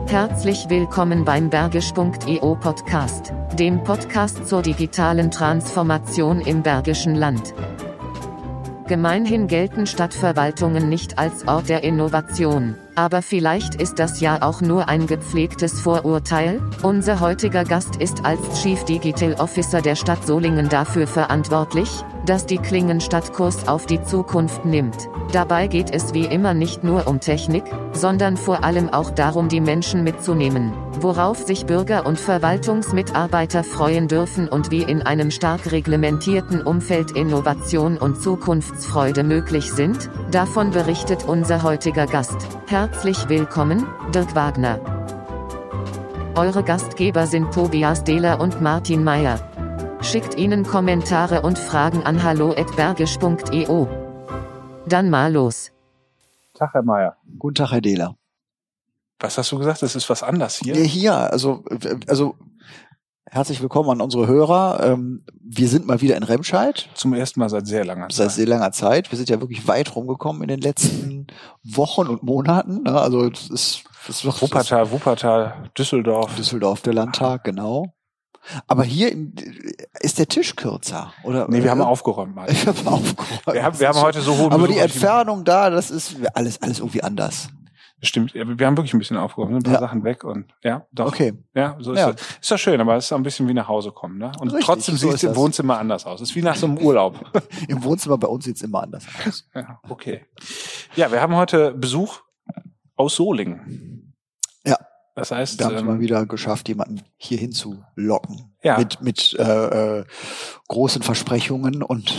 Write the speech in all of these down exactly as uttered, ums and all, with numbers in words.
Herzlich willkommen beim Bergisch punkt e o Podcast, dem Podcast zur digitalen Transformation im Bergischen Land. Gemeinhin gelten Stadtverwaltungen nicht als Ort der Innovation, aber vielleicht ist das ja auch nur ein gepflegtes Vorurteil. Unser heutiger Gast ist als Chief Digital Officer der Stadt Solingen dafür verantwortlich, dass die Klingenstadt Kurs auf die Zukunft nimmt. Dabei geht es wie immer nicht nur um Technik, sondern vor allem auch darum, die Menschen mitzunehmen, worauf sich Bürger und Verwaltungsmitarbeiter freuen dürfen und wie in einem stark reglementierten Umfeld Innovation und Zukunftsfreude möglich sind. Davon berichtet unser heutiger Gast. Herzlich willkommen, Dirk Wagner. Eure Gastgeber sind Tobias Dehler und Martin Meyer. Schickt ihnen Kommentare und Fragen an hallo at bergisch punkt e o. Dann mal los. Tag, Herr Meyer. Guten Tag, Herr Dehler. Was hast du gesagt? Das ist was anders hier? Ja, hier, also, also herzlich willkommen an unsere Hörer. Ähm, wir sind mal wieder in Remscheid. Zum ersten Mal seit sehr langer Zeit. Seit sehr langer Zeit. Wir sind ja wirklich weit rumgekommen in den letzten Wochen und Monaten. Ne? Also es ist, es ist Wuppertal, Wuppertal, Düsseldorf. Düsseldorf, der Landtag, genau. Aber hier in, ist der Tisch kürzer, oder? Nee, wir haben aufgeräumt mal. Ich habe aufgeräumt. Wir haben, wir haben heute so hohe Aber die Entfernung da, das ist alles, alles irgendwie anders. Stimmt, wir haben wirklich ein bisschen aufgeräumt, ein paar ja. Sachen weg und ja, doch. Okay. Ja, so ist ja. das. Ist doch schön, aber es ist auch ein bisschen wie nach Hause kommen, ne? Und Richtig, trotzdem so sieht es im Wohnzimmer anders aus. Es ist wie nach so einem Urlaub. Im Wohnzimmer bei uns sieht es immer anders aus. Ja, okay. Ja, wir haben heute Besuch aus Solingen. Ja. Das heißt, wir haben es ähm, mal wieder geschafft, jemanden hier hinzulocken. Ja. Mit, mit äh, äh, großen Versprechungen und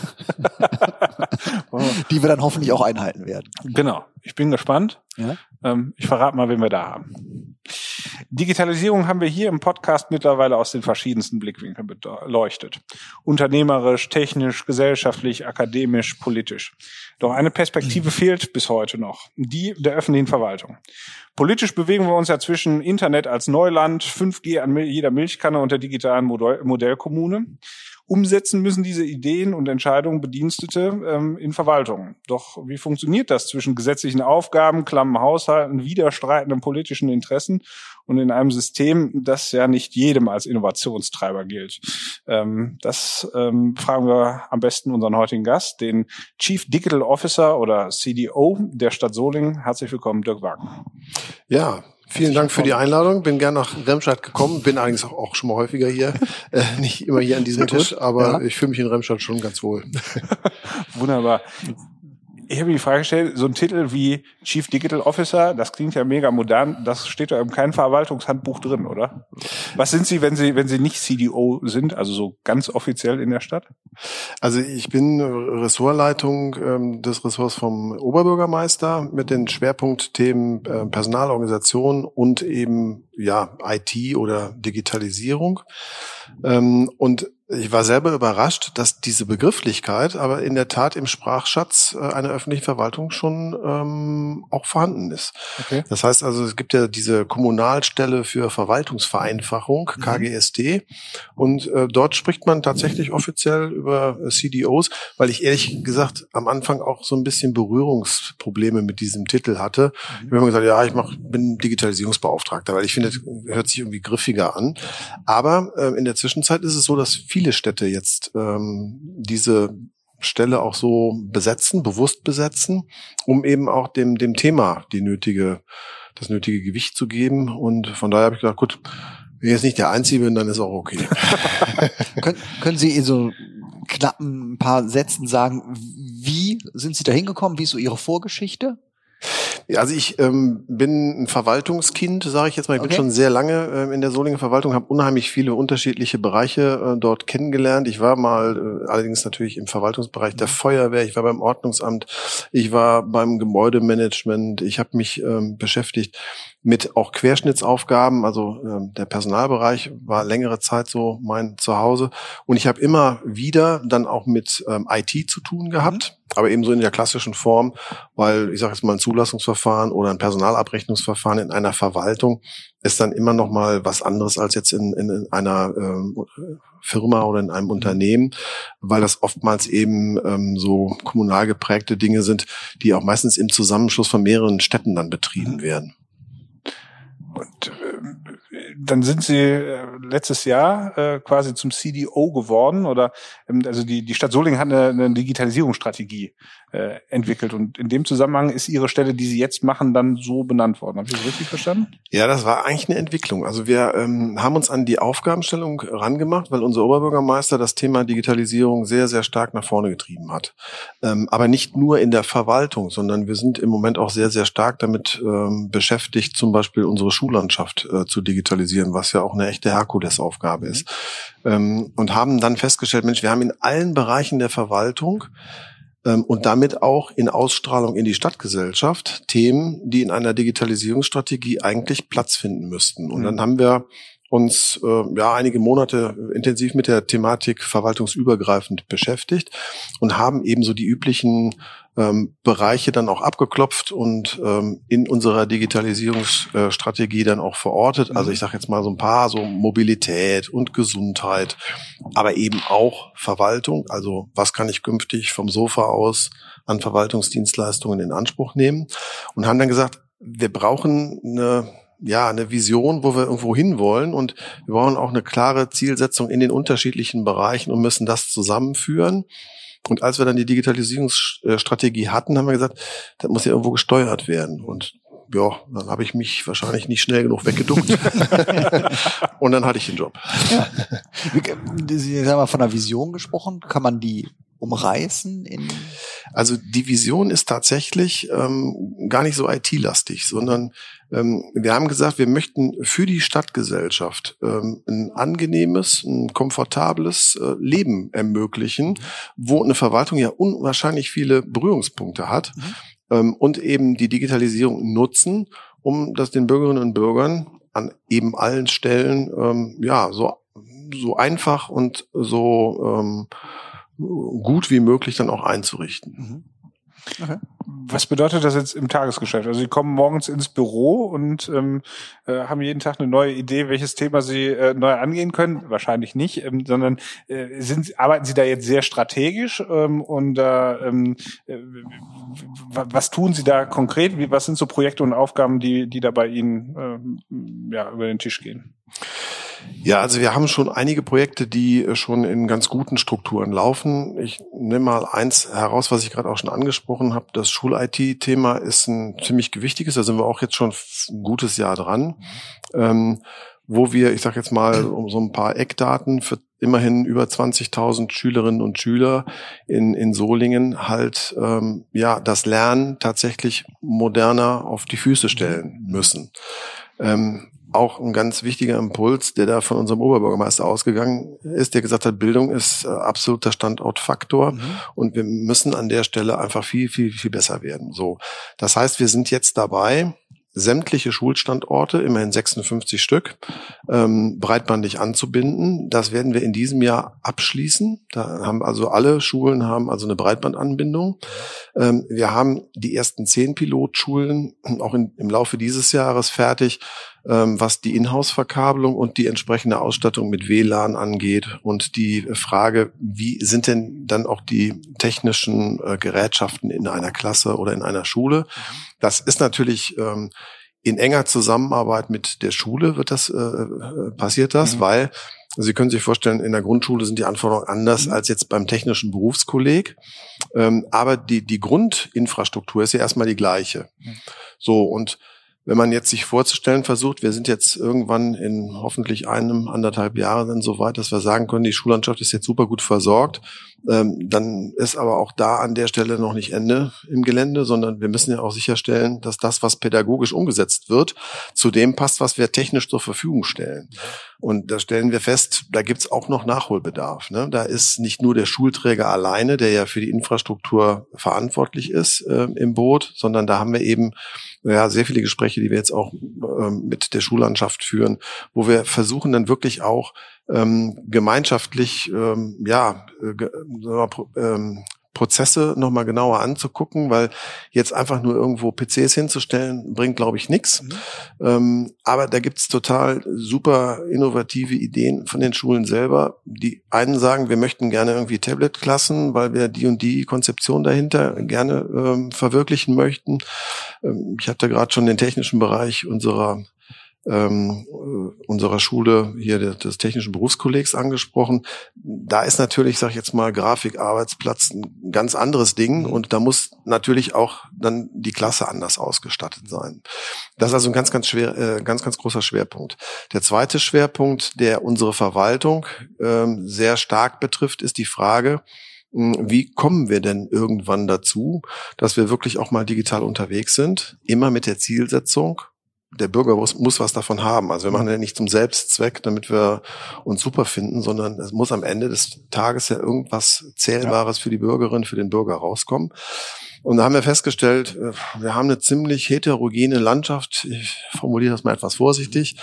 die wir dann hoffentlich auch einhalten werden. Genau. Ich bin gespannt. Ja? Ähm, ich verrate mal, wen wir da haben. Digitalisierung haben wir hier im Podcast mittlerweile aus den verschiedensten Blickwinkeln beleuchtet. Unternehmerisch, technisch, gesellschaftlich, akademisch, politisch. Doch eine Perspektive fehlt bis heute noch. Die der öffentlichen Verwaltung. Politisch bewegen wir uns ja zwischen Internet als Neuland, fünf G an jeder Milchkanne und der digitalen Modell- Modellkommune. Umsetzen müssen diese Ideen und Entscheidungen Bedienstete ähm, in Verwaltungen. Doch wie funktioniert das zwischen gesetzlichen Aufgaben, klammen Haushalten, widerstreitenden politischen Interessen und in einem System, das ja nicht jedem als Innovationstreiber gilt? Ähm, das ähm, fragen wir am besten unseren heutigen Gast, den Chief Digital Officer oder C D O der Stadt Solingen. Herzlich willkommen, Dirk Wagner. Ja. Vielen Dank für die Einladung. Bin gern nach Remscheid gekommen. Bin allerdings auch, auch schon mal häufiger hier. Äh, nicht immer hier an diesem Tisch, aber ja. Ich fühle mich in Remscheid schon ganz wohl. Wunderbar. Ich habe mir die Frage gestellt, so ein Titel wie Chief Digital Officer, das klingt ja mega modern, das steht ja in keinem Verwaltungshandbuch drin, oder? Was sind Sie, wenn Sie, wenn Sie nicht C D O sind, also so ganz offiziell in der Stadt? Also ich bin Ressortleitung ähm, des Ressorts vom Oberbürgermeister mit den Schwerpunktthemen äh, Personalorganisation und eben ja I T oder Digitalisierung. Ähm, und ich war selber überrascht, dass diese Begrifflichkeit aber in der Tat im Sprachschatz äh, einer öffentlichen Verwaltung schon ähm, auch vorhanden ist. Okay. Das heißt also, es gibt ja diese Kommunalstelle für Verwaltungsvereinfachung, mhm. K G S T, und äh, dort spricht man tatsächlich offiziell über äh, C D Os, weil ich ehrlich gesagt am Anfang auch so ein bisschen Berührungsprobleme mit diesem Titel hatte. Mhm. Ich habe immer gesagt, ja, ich mach, bin Digitalisierungsbeauftragter, weil ich finde, das hört sich irgendwie griffiger an. Aber äh, in der Zwischenzeit ist es so, dass viele Städte jetzt ähm, diese Stelle auch so besetzen, bewusst besetzen, um eben auch dem dem Thema die nötige, das nötige Gewicht zu geben. Und von daher habe ich gedacht, gut, wenn ich jetzt nicht der Einzige bin, dann ist auch okay. können, können Sie in so knappen ein paar Sätzen sagen, wie sind Sie da hingekommen? Wie ist so Ihre Vorgeschichte? Also ich ähm, bin ein Verwaltungskind, sage ich jetzt mal. Ich okay. bin schon sehr lange ähm, in der Solingen Verwaltung, habe unheimlich viele unterschiedliche Bereiche äh, dort kennengelernt. Ich war mal äh, allerdings natürlich im Verwaltungsbereich der Feuerwehr, ich war beim Ordnungsamt, ich war beim Gebäudemanagement, ich habe mich ähm, beschäftigt mit auch Querschnittsaufgaben, also ähm, der Personalbereich war längere Zeit so mein Zuhause. Und ich habe immer wieder dann auch mit ähm, I T zu tun gehabt, mhm. aber eben so in der klassischen Form, weil ich sage jetzt mal ein Zulassungsverfahren oder ein Personalabrechnungsverfahren in einer Verwaltung ist dann immer noch mal was anderes als jetzt in, in einer ähm, Firma oder in einem Unternehmen, weil das oftmals eben ähm, so kommunal geprägte Dinge sind, die auch meistens im Zusammenschluss von mehreren Städten dann betrieben mhm. werden. Und äh, dann sind Sie äh, letztes Jahr äh, quasi zum C D O geworden, oder ähm, also die die Stadt Solingen hat eine, eine Digitalisierungsstrategie äh, entwickelt, und in dem Zusammenhang ist Ihre Stelle, die Sie jetzt machen, dann so benannt worden. Habe ich das richtig verstanden? Ja, das war eigentlich eine Entwicklung. Also wir ähm, haben uns an die Aufgabenstellung rangemacht, weil unser Oberbürgermeister das Thema Digitalisierung sehr, sehr stark nach vorne getrieben hat. Ähm, aber nicht nur in der Verwaltung, sondern wir sind im Moment auch sehr, sehr stark damit ähm, beschäftigt, zum Beispiel unsere Schullandschaft äh, zu digitalisieren, was ja auch eine echte Herkulesaufgabe ist. Ähm, und haben dann festgestellt, Mensch, wir haben in allen Bereichen der Verwaltung ähm, und damit auch in Ausstrahlung in die Stadtgesellschaft Themen, die in einer Digitalisierungsstrategie eigentlich Platz finden müssten. Und dann haben wir uns äh, ja einige Monate intensiv mit der Thematik verwaltungsübergreifend beschäftigt und haben eben so die üblichen ähm, Bereiche dann auch abgeklopft und ähm, in unserer Digitalisierungsstrategie dann auch verortet. Also ich sage jetzt mal so ein paar, so Mobilität und Gesundheit, aber eben auch Verwaltung. Also was kann ich künftig vom Sofa aus an Verwaltungsdienstleistungen in Anspruch nehmen? Und haben dann gesagt, wir brauchen eine ja, eine Vision, wo wir irgendwo hinwollen, und wir brauchen auch eine klare Zielsetzung in den unterschiedlichen Bereichen und müssen das zusammenführen. Und als wir dann die Digitalisierungsstrategie hatten, haben wir gesagt, das muss ja irgendwo gesteuert werden. Und ja, dann habe ich mich wahrscheinlich nicht schnell genug weggeduckt. Und dann hatte ich den Job. Ja. Sie haben mal von einer Vision gesprochen. Kann man die umreißen? In Also die Vision ist tatsächlich ähm, gar nicht so I T-lastig, sondern ähm, wir haben gesagt, wir möchten für die Stadtgesellschaft ähm, ein angenehmes, ein komfortables äh, Leben ermöglichen, wo eine Verwaltung ja unwahrscheinlich viele Berührungspunkte hat, mhm. ähm, und eben die Digitalisierung nutzen, um das den Bürgerinnen und Bürgern an eben allen Stellen ähm, ja so so einfach und so ähm, gut wie möglich dann auch einzurichten. Okay. Was bedeutet das jetzt im Tagesgeschäft? Also Sie kommen morgens ins Büro und ähm, äh, haben jeden Tag eine neue Idee, welches Thema Sie äh, neu angehen können? Wahrscheinlich nicht, ähm, sondern äh, sind, arbeiten Sie da jetzt sehr strategisch ähm, und äh, ähm, äh, was tun Sie da konkret? Wie, was sind so Projekte und Aufgaben, die die da bei Ihnen äh, ja über den Tisch gehen? Ja, also wir haben schon einige Projekte, die schon in ganz guten Strukturen laufen. Ich nehme mal eins heraus, was ich gerade auch schon angesprochen habe. Das Schul-I T-Thema ist ein ziemlich gewichtiges. Da sind wir auch jetzt schon ein gutes Jahr dran, ähm, wo wir, ich sage jetzt mal, um so ein paar Eckdaten für immerhin über zwanzigtausend Schülerinnen und Schüler in in Solingen halt ähm, ja das Lernen tatsächlich moderner auf die Füße stellen müssen. Ähm, Auch ein ganz wichtiger Impuls, der da von unserem Oberbürgermeister ausgegangen ist, der gesagt hat, Bildung ist äh, absoluter Standortfaktor, mhm. und wir müssen an der Stelle einfach viel, viel, viel besser werden. So, das heißt, wir sind jetzt dabei, sämtliche Schulstandorte, immerhin sechsundfünfzig Stück, ähm, breitbandig anzubinden. Das werden wir in diesem Jahr abschließen. Da haben also alle Schulen haben also eine Breitbandanbindung. Ähm, wir haben die ersten zehn Pilotschulen auch in, im Laufe dieses Jahres fertig, ähm, was die Inhouse-Verkabelung und die entsprechende Ausstattung mit W L A N angeht, und die Frage, wie sind denn dann auch die technischen äh, Gerätschaften in einer Klasse oder in einer Schule? Das ist natürlich ähm, in enger Zusammenarbeit mit der Schule wird das äh, passiert das, mhm. weil Sie können sich vorstellen, in der Grundschule sind die Anforderungen anders mhm. als jetzt beim technischen Berufskolleg, ähm, aber die die Grundinfrastruktur ist ja erstmal die gleiche. Mhm. So, und wenn man jetzt sich vorzustellen versucht, wir sind jetzt irgendwann in hoffentlich einem, anderthalb Jahren dann so weit, dass wir sagen können, die Schullandschaft ist jetzt super gut versorgt, ähm, dann ist aber auch da an der Stelle noch nicht Ende im Gelände, sondern wir müssen ja auch sicherstellen, dass das, was pädagogisch umgesetzt wird, zu dem passt, was wir technisch zur Verfügung stellen. Und da stellen wir fest, da gibt's auch noch Nachholbedarf. Ne? Da ist nicht nur der Schulträger alleine, der ja für die Infrastruktur verantwortlich ist, äh, im Boot, sondern da haben wir eben ja sehr viele Gespräche, die wir jetzt auch ähm, mit der Schullandschaft führen, wo wir versuchen dann wirklich auch ähm, gemeinschaftlich ähm, ja äh, ähm, Prozesse nochmal genauer anzugucken, weil jetzt einfach nur irgendwo P Cs hinzustellen, bringt, glaube ich, nichts. Mhm. Ähm, aber da gibt's total super innovative Ideen von den Schulen selber. Die einen sagen, wir möchten gerne irgendwie Tablet-Klassen, weil wir die und die Konzeption dahinter gerne ähm, verwirklichen möchten. Ähm, ich hatte gerade schon den technischen Bereich unserer ähm, unserer Schule hier des, des Technischen Berufskollegs angesprochen. Da ist natürlich, sag ich jetzt mal, Grafikarbeitsplatz ein ganz anderes Ding und da muss natürlich auch dann die Klasse anders ausgestattet sein. Das ist also ein ganz, ganz schwer, äh, ganz, ganz großer Schwerpunkt. Der zweite Schwerpunkt, der unsere Verwaltung ähm, sehr stark betrifft, ist die Frage, wie kommen wir denn irgendwann dazu, dass wir wirklich auch mal digital unterwegs sind? Immer mit der Zielsetzung, der Bürger muss, muss was davon haben. Also wir machen ja nicht zum Selbstzweck, damit wir uns super finden, sondern es muss am Ende des Tages ja irgendwas Zählbares für die Bürgerin, für den Bürger rauskommen. Und da haben wir festgestellt, wir haben eine ziemlich heterogene Landschaft, ich formuliere das mal etwas vorsichtig,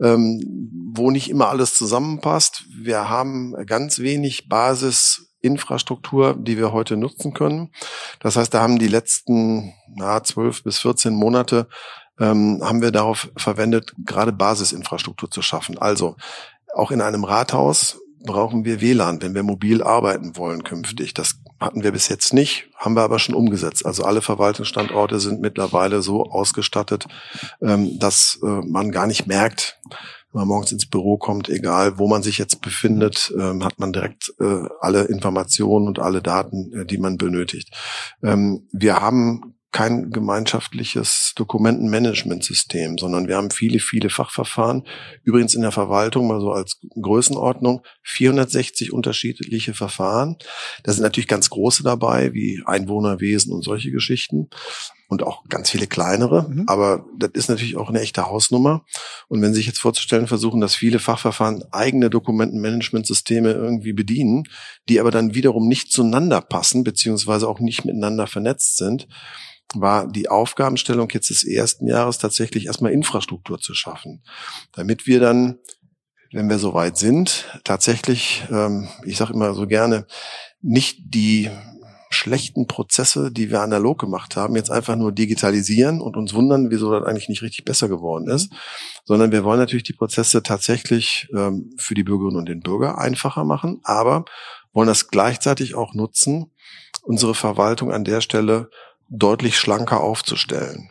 wo nicht immer alles zusammenpasst. Wir haben ganz wenig Basis Infrastruktur, die wir heute nutzen können. Das heißt, da haben die letzten na, zwölf bis vierzehn Monate ähm, haben wir darauf verwendet, gerade Basisinfrastruktur zu schaffen. Also auch in einem Rathaus brauchen wir W L A N, wenn wir mobil arbeiten wollen künftig. Das hatten wir bis jetzt nicht, haben wir aber schon umgesetzt. Also alle Verwaltungsstandorte sind mittlerweile so ausgestattet, ähm, dass äh, man gar nicht merkt, wenn man morgens ins Büro kommt, egal wo man sich jetzt befindet, ähm, hat man direkt äh, alle Informationen und alle Daten, äh, die man benötigt. Ähm, wir haben kein gemeinschaftliches Dokumentenmanagementsystem, sondern wir haben viele, viele Fachverfahren. Übrigens in der Verwaltung, mal so als Größenordnung, vierhundertsechzig unterschiedliche Verfahren. Da sind natürlich ganz große dabei, wie Einwohnerwesen und solche Geschichten. Und auch ganz viele kleinere. Mhm. Aber das ist natürlich auch eine echte Hausnummer. Und wenn Sie sich jetzt vorzustellen versuchen, dass viele Fachverfahren eigene Dokumentenmanagementsysteme irgendwie bedienen, die aber dann wiederum nicht zueinander passen, beziehungsweise auch nicht miteinander vernetzt sind, war die Aufgabenstellung jetzt des ersten Jahres tatsächlich erstmal Infrastruktur zu schaffen, damit wir dann, wenn wir soweit sind, tatsächlich, ähm, ich sage immer so gerne, nicht die schlechten Prozesse, die wir analog gemacht haben, jetzt einfach nur digitalisieren und uns wundern, wieso das eigentlich nicht richtig besser geworden ist, sondern wir wollen natürlich die Prozesse tatsächlich ähm, für die Bürgerinnen und den Bürger einfacher machen, aber wollen das gleichzeitig auch nutzen, unsere Verwaltung an der Stelle deutlich schlanker aufzustellen.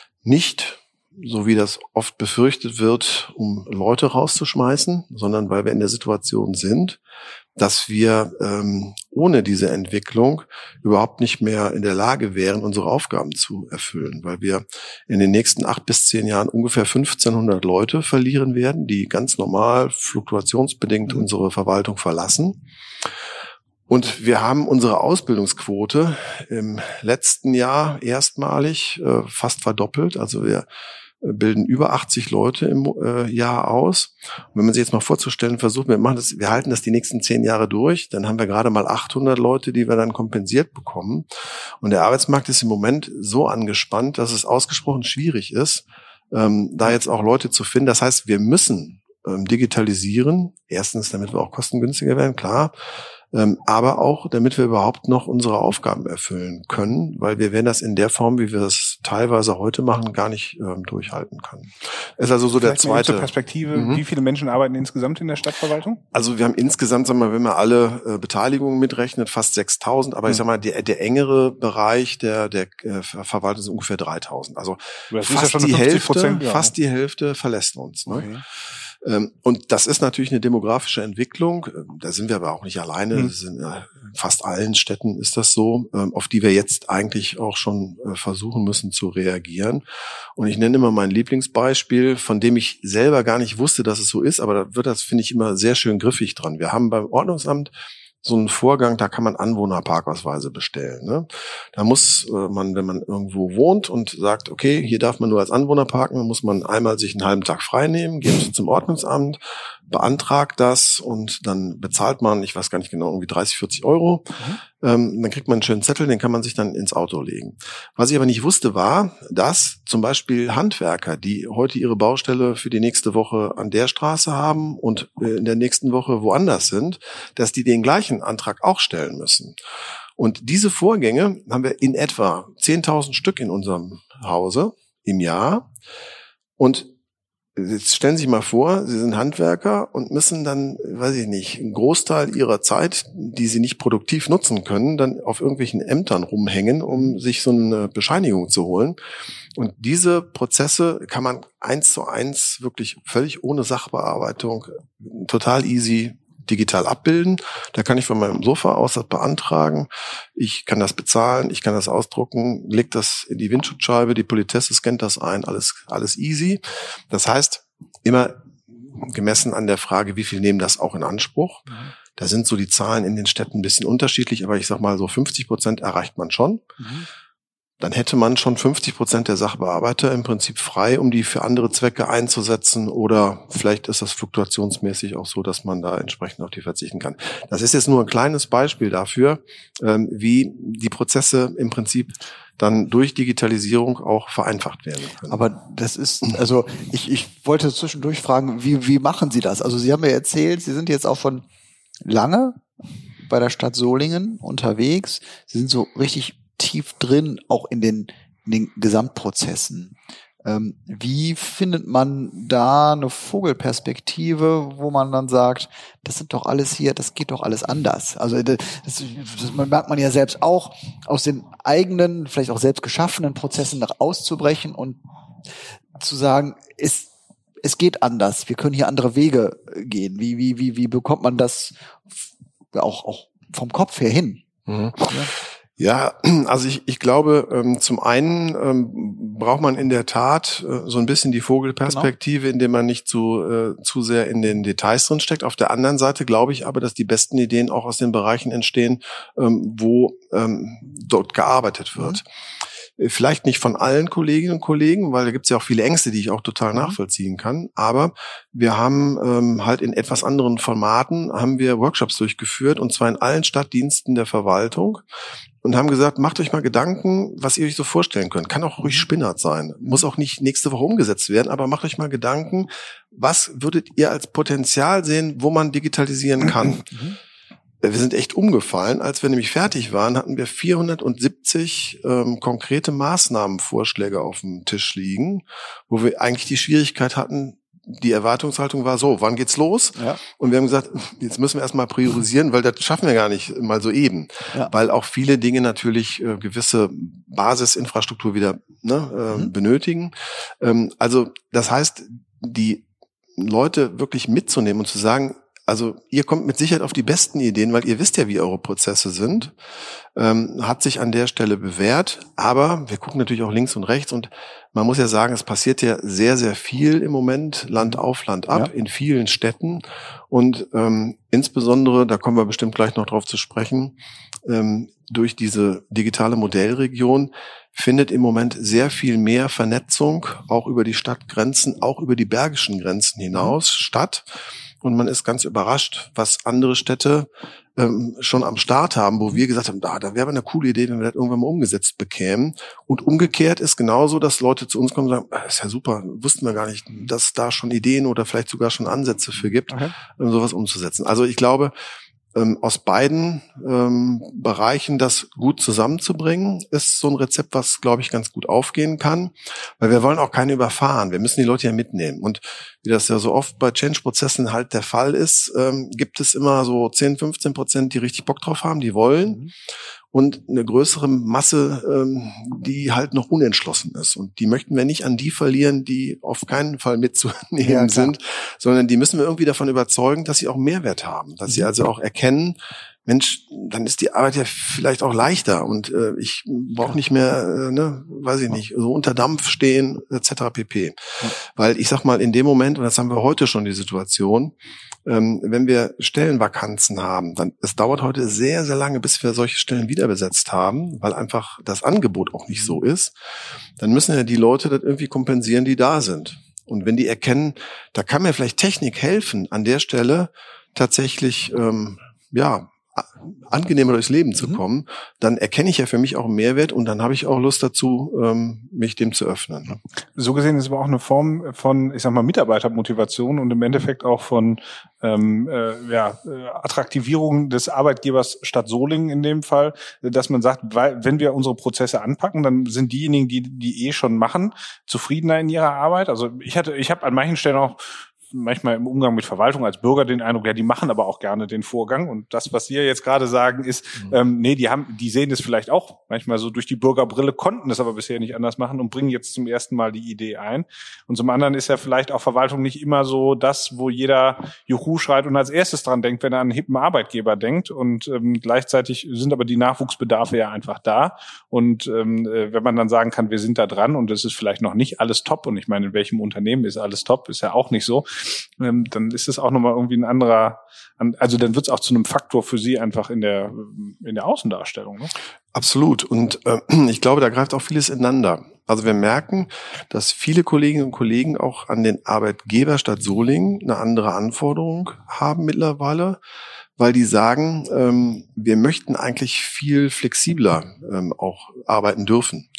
Nicht, so wie das oft befürchtet wird, um Leute rauszuschmeißen, sondern weil wir in der Situation sind, dass wir ähm, ohne diese Entwicklung überhaupt nicht mehr in der Lage wären, unsere Aufgaben zu erfüllen, weil wir in den nächsten acht bis zehn Jahren ungefähr fünfzehnhundert Leute verlieren werden, die ganz normal, fluktuationsbedingt mhm. unsere Verwaltung verlassen. Und wir haben unsere Ausbildungsquote im letzten Jahr erstmalig äh, fast verdoppelt. Also wir bilden über achtzig Leute im äh, Jahr aus. Und wenn man sich jetzt mal vorzustellen versucht, wir machen das, wir halten das die nächsten zehn Jahre durch, dann haben wir gerade mal achthundert Leute, die wir dann kompensiert bekommen. Und der Arbeitsmarkt ist im Moment so angespannt, dass es ausgesprochen schwierig ist, ähm, da jetzt auch Leute zu finden. Das heißt, wir müssen ähm, digitalisieren. Erstens, damit wir auch kostengünstiger werden, klar. Ähm, aber auch, damit wir überhaupt noch unsere Aufgaben erfüllen können, weil wir werden das in der Form, wie wir das teilweise heute machen, gar nicht ähm, durchhalten können. Das ist also so Vielleicht der zweite. Zur Perspektive, mhm. Wie viele Menschen arbeiten insgesamt in der Stadtverwaltung? Also wir haben insgesamt, sagen wir mal, wenn man alle äh, Beteiligungen mitrechnet, fast sechstausend, aber mhm. ich sag mal, der, der engere Bereich der, der äh, Verwaltung ist ungefähr dreitausend. Also das fast, ist ja schon die Hälfte, ja. fast die Hälfte verlässt uns. Ne? Okay. Und das ist natürlich eine demografische Entwicklung. Da sind wir aber auch nicht alleine. Mhm. Das sind in fast allen Städten ist das so, auf die wir jetzt eigentlich auch schon versuchen müssen zu reagieren. Und ich nenne immer mein Lieblingsbeispiel, von dem ich selber gar nicht wusste, dass es so ist, aber da wird das, finde ich, immer sehr schön griffig dran. Wir haben beim Ordnungsamt so einen Vorgang, da kann man Anwohnerparkausweise bestellen. Ne? Da muss äh, man, wenn man irgendwo wohnt und sagt, okay, hier darf man nur als Anwohner parken, muss man einmal sich einen halben Tag frei nehmen, geht zum Ordnungsamt, beantragt das und dann bezahlt man, ich weiß gar nicht genau, irgendwie dreißig, vierzig Euro. Mhm. Ähm, dann kriegt man einen schönen Zettel, den kann man sich dann ins Auto legen. Was ich aber nicht wusste, war, dass zum Beispiel Handwerker, die heute ihre Baustelle für die nächste Woche an der Straße haben und in der nächsten Woche woanders sind, dass die den gleichen Antrag auch stellen müssen. Und diese Vorgänge haben wir in etwa zehntausend Stück in unserem Hause im Jahr. Und Jetzt stellen Sie sich mal vor, Sie sind Handwerker und müssen dann, weiß ich nicht, einen Großteil Ihrer Zeit, die Sie nicht produktiv nutzen können, dann auf irgendwelchen Ämtern rumhängen, um sich so eine Bescheinigung zu holen. Und diese Prozesse kann man eins zu eins wirklich völlig ohne Sachbearbeitung total easy digital abbilden. Da kann ich von meinem Sofa aus das beantragen. Ich kann das bezahlen, ich kann das ausdrucken, leg das in die Windschutzscheibe, die Politesse scannt das ein, alles, alles easy. Das heißt, immer gemessen an der Frage, wie viel nehmen das auch in Anspruch. Mhm. Da sind so die Zahlen in den Städten ein bisschen unterschiedlich, aber ich sag mal so fünfzig Prozent erreicht man schon. Mhm. Dann hätte man schon fünfzig Prozent der Sachbearbeiter im Prinzip frei, um die für andere Zwecke einzusetzen, oder vielleicht ist das fluktuationsmäßig auch so, dass man da entsprechend auf die verzichten kann. Das ist jetzt nur ein kleines Beispiel dafür, wie die Prozesse im Prinzip dann durch Digitalisierung auch vereinfacht werden können. Aber das ist, also ich, ich wollte zwischendurch fragen, wie, wie machen Sie das? Also Sie haben mir erzählt, Sie sind jetzt auch schon lange bei der Stadt Solingen unterwegs. Sie sind so richtig tief drin, auch in den, in den Gesamtprozessen. Ähm, wie findet man da eine Vogelperspektive, wo man dann sagt, das sind doch alles hier, das geht doch alles anders. Also das, das merkt man ja selbst auch, aus den eigenen, vielleicht auch selbst geschaffenen Prozessen nach auszubrechen und zu sagen, es, es geht anders, wir können hier andere Wege gehen. Wie, wie, wie, wie bekommt man das auch, auch vom Kopf her hin? Mhm. Ja. Ja, also ich, ich glaube, ähm, zum einen ähm, braucht man in der Tat äh, so ein bisschen die Vogelperspektive, genau, indem man nicht zu, äh, zu sehr in den Details drin steckt. Auf der anderen Seite glaube ich aber, dass die besten Ideen auch aus den Bereichen entstehen, ähm, wo ähm, dort gearbeitet wird. Mhm. Vielleicht nicht von allen Kolleginnen und Kollegen, weil da gibt es ja auch viele Ängste, die ich auch total mhm. nachvollziehen kann. Aber wir haben ähm, halt in etwas anderen Formaten haben wir Workshops durchgeführt, und zwar in allen Stadtdiensten der Verwaltung, und haben gesagt, macht euch mal Gedanken, was ihr euch so vorstellen könnt. Kann auch ruhig Spinnert sein. Muss auch nicht nächste Woche umgesetzt werden, aber macht euch mal Gedanken, was würdet ihr als Potenzial sehen, wo man digitalisieren kann. Mhm. Wir sind echt umgefallen. Als wir nämlich fertig waren, hatten wir vierhundertsiebzig ähm, konkrete Maßnahmenvorschläge auf dem Tisch liegen, wo wir eigentlich die Schwierigkeit hatten, die Erwartungshaltung war so, wann geht's los? Ja. Und wir haben gesagt, jetzt müssen wir erstmal priorisieren, weil das schaffen wir gar nicht mal so eben. Ja. Weil auch viele Dinge natürlich äh, gewisse Basisinfrastruktur wieder ne, äh, mhm. benötigen. Ähm, also das heißt, die Leute wirklich mitzunehmen und zu sagen, also ihr kommt mit Sicherheit auf die besten Ideen, weil ihr wisst ja, wie eure Prozesse sind. Ähm, hat sich an der Stelle bewährt. Aber wir gucken natürlich auch links und rechts. Und man muss ja sagen, es passiert ja sehr, sehr viel im Moment, Land auf, Land ab, ja, in vielen Städten. Und ähm, insbesondere, da kommen wir bestimmt gleich noch drauf zu sprechen, ähm, durch diese digitale Modellregion findet im Moment sehr viel mehr Vernetzung, auch über die Stadtgrenzen, auch über die bergischen Grenzen hinaus statt. Und man ist ganz überrascht, was andere Städte ähm, schon am Start haben, wo wir gesagt haben, da, da wäre eine coole Idee, wenn wir das irgendwann mal umgesetzt bekämen. Und umgekehrt ist genauso, dass Leute zu uns kommen und sagen, das ist ja super, wussten wir gar nicht, dass es da schon Ideen oder vielleicht sogar schon Ansätze für gibt, okay, um sowas umzusetzen. Also ich glaube, ähm, aus beiden ähm, Bereichen das gut zusammenzubringen, ist so ein Rezept, was, glaube ich, ganz gut aufgehen kann. Weil wir wollen auch keine überfahren. Wir müssen die Leute ja mitnehmen. Und wie das ja so oft bei Change-Prozessen halt der Fall ist, ähm, gibt es immer so zehn, fünfzehn Prozent, die richtig Bock drauf haben, die wollen. Mhm. Und eine größere Masse, ähm, die halt noch unentschlossen ist. Und die möchten wir nicht an die verlieren, die auf keinen Fall mitzunehmen ja, sind, sondern die müssen wir irgendwie davon überzeugen, dass sie auch Mehrwert haben. Dass mhm. sie also auch erkennen, Mensch, dann ist die Arbeit ja vielleicht auch leichter und äh, ich brauche nicht mehr, äh, ne, weiß ich nicht, so unter Dampf stehen, et cetera pp. Ja. Weil ich sag mal, in dem Moment, und das haben wir heute schon die Situation, ähm, wenn wir Stellenvakanzen haben, dann es dauert heute sehr, sehr lange, bis wir solche Stellen wieder besetzt haben, weil einfach das Angebot auch nicht so ist. Dann müssen ja die Leute das irgendwie kompensieren, die da sind. Und wenn die erkennen, da kann mir vielleicht Technik helfen, an der Stelle tatsächlich, ähm, ja, angenehmer durchs Leben zu kommen, dann erkenne ich ja für mich auch einen Mehrwert und dann habe ich auch Lust dazu, ähm, mich dem zu öffnen. So gesehen ist es aber auch eine Form von, ich sag mal, Mitarbeitermotivation und im Endeffekt auch von ähm, äh, ja, äh, Attraktivierung des Arbeitgebers Stadt Solingen in dem Fall, dass man sagt, weil, wenn wir unsere Prozesse anpacken, dann sind diejenigen, die die eh schon machen, zufriedener in ihrer Arbeit. Also ich hatte, ich habe an manchen Stellen auch manchmal im Umgang mit Verwaltung als Bürger den Eindruck, ja, die machen aber auch gerne den Vorgang. Und das, was Sie jetzt gerade sagen, ist, mhm. ähm, nee, die haben, die sehen es vielleicht auch manchmal so durch die Bürgerbrille, konnten das aber bisher nicht anders machen und bringen jetzt zum ersten Mal die Idee ein. Und zum anderen ist ja vielleicht auch Verwaltung nicht immer so das, wo jeder Juhu schreit und als erstes dran denkt, wenn er an einen hippen Arbeitgeber denkt. Und ähm, gleichzeitig sind aber die Nachwuchsbedarfe ja einfach da. Und ähm, wenn man dann sagen kann, wir sind da dran und es ist vielleicht noch nicht alles top, und ich meine, in welchem Unternehmen ist alles top, ist ja auch nicht so, Ähm, dann ist es auch nochmal irgendwie ein anderer, also dann wird es auch zu einem Faktor für Sie einfach in der in der Außendarstellung. Ne? Absolut. Und äh, ich glaube, da greift auch vieles ineinander. Also wir merken, dass viele Kolleginnen und Kollegen auch an den Arbeitgeber Stadt Solingen eine andere Anforderung haben mittlerweile, weil die sagen, ähm, wir möchten eigentlich viel flexibler ähm, auch arbeiten dürfen.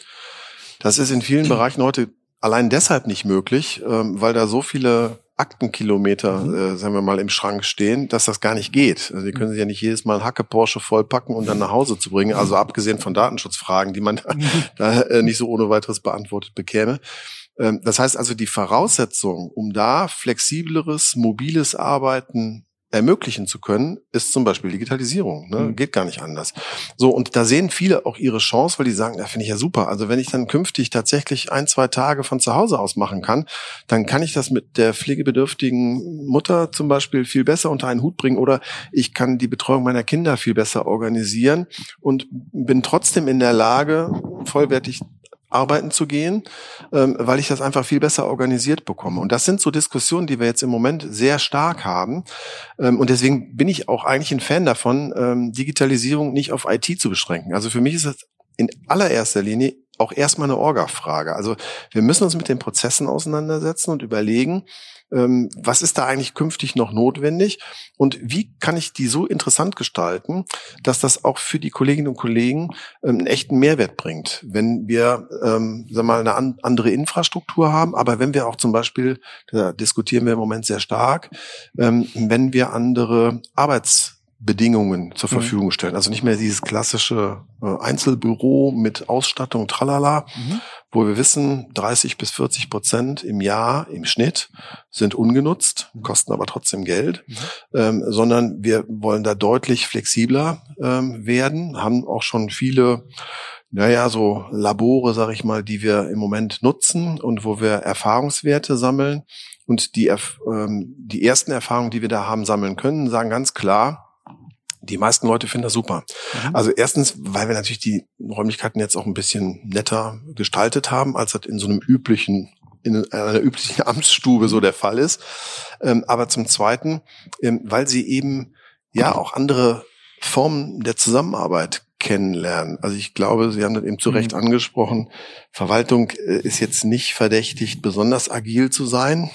Das ist in vielen Bereichen heute allein deshalb nicht möglich, ähm, weil da so viele Aktenkilometer, äh, sagen wir mal, im Schrank stehen, dass das gar nicht geht. Also die können sich ja nicht jedes Mal einen Hacke Porsche vollpacken und dann nach Hause zu bringen. Also abgesehen von Datenschutzfragen, die man da, da äh, nicht so ohne weiteres beantwortet bekäme. Ähm, das heißt also, die Voraussetzung, um da flexibleres, mobiles Arbeiten ermöglichen zu können, ist zum Beispiel Digitalisierung. Ne? Mhm. Geht gar nicht anders. So, und da sehen viele auch ihre Chance, weil die sagen, da finde ich ja super. Also wenn ich dann künftig tatsächlich ein, zwei Tage von zu Hause aus machen kann, dann kann ich das mit der pflegebedürftigen Mutter zum Beispiel viel besser unter einen Hut bringen oder ich kann die Betreuung meiner Kinder viel besser organisieren und bin trotzdem in der Lage, vollwertig arbeiten zu gehen, ähm, weil ich das einfach viel besser organisiert bekomme. Und das sind so Diskussionen, die wir jetzt im Moment sehr stark haben. Ähm, und deswegen bin ich auch eigentlich ein Fan davon, ähm, Digitalisierung nicht auf I T zu beschränken. Also für mich ist es in allererster Linie auch erstmal eine Orga-Frage. Also wir müssen uns mit den Prozessen auseinandersetzen und überlegen, ähm, was ist da eigentlich künftig noch notwendig und wie kann ich die so interessant gestalten, dass das auch für die Kolleginnen und Kollegen ähm, einen echten Mehrwert bringt. Wenn wir ähm, sagen wir mal, eine an, andere Infrastruktur haben, aber wenn wir auch zum Beispiel, da diskutieren wir im Moment sehr stark, ähm, wenn wir andere Arbeits Bedingungen zur Verfügung mhm. stellen. Also nicht mehr dieses klassische äh, Einzelbüro mit Ausstattung, tralala, mhm. wo wir wissen, dreißig bis vierzig Prozent im Jahr im Schnitt sind ungenutzt, kosten aber trotzdem Geld, mhm. ähm, sondern wir wollen da deutlich flexibler ähm, werden, haben auch schon viele naja, so Labore, sag ich mal, die wir im Moment nutzen und wo wir Erfahrungswerte sammeln. Und die, ähm, die ersten Erfahrungen, die wir da haben sammeln können, sagen ganz klar, die meisten Leute finden das super. Mhm. Also erstens, weil wir natürlich die Räumlichkeiten jetzt auch ein bisschen netter gestaltet haben, als das in so einem üblichen, in einer üblichen Amtsstube so der Fall ist. Ähm, aber zum Zweiten, ähm, weil sie eben ja auch andere Formen der Zusammenarbeit kennenlernen. Also ich glaube, Sie haben das eben zu Recht mhm. angesprochen, Verwaltung ist jetzt nicht verdächtigt, besonders agil zu sein,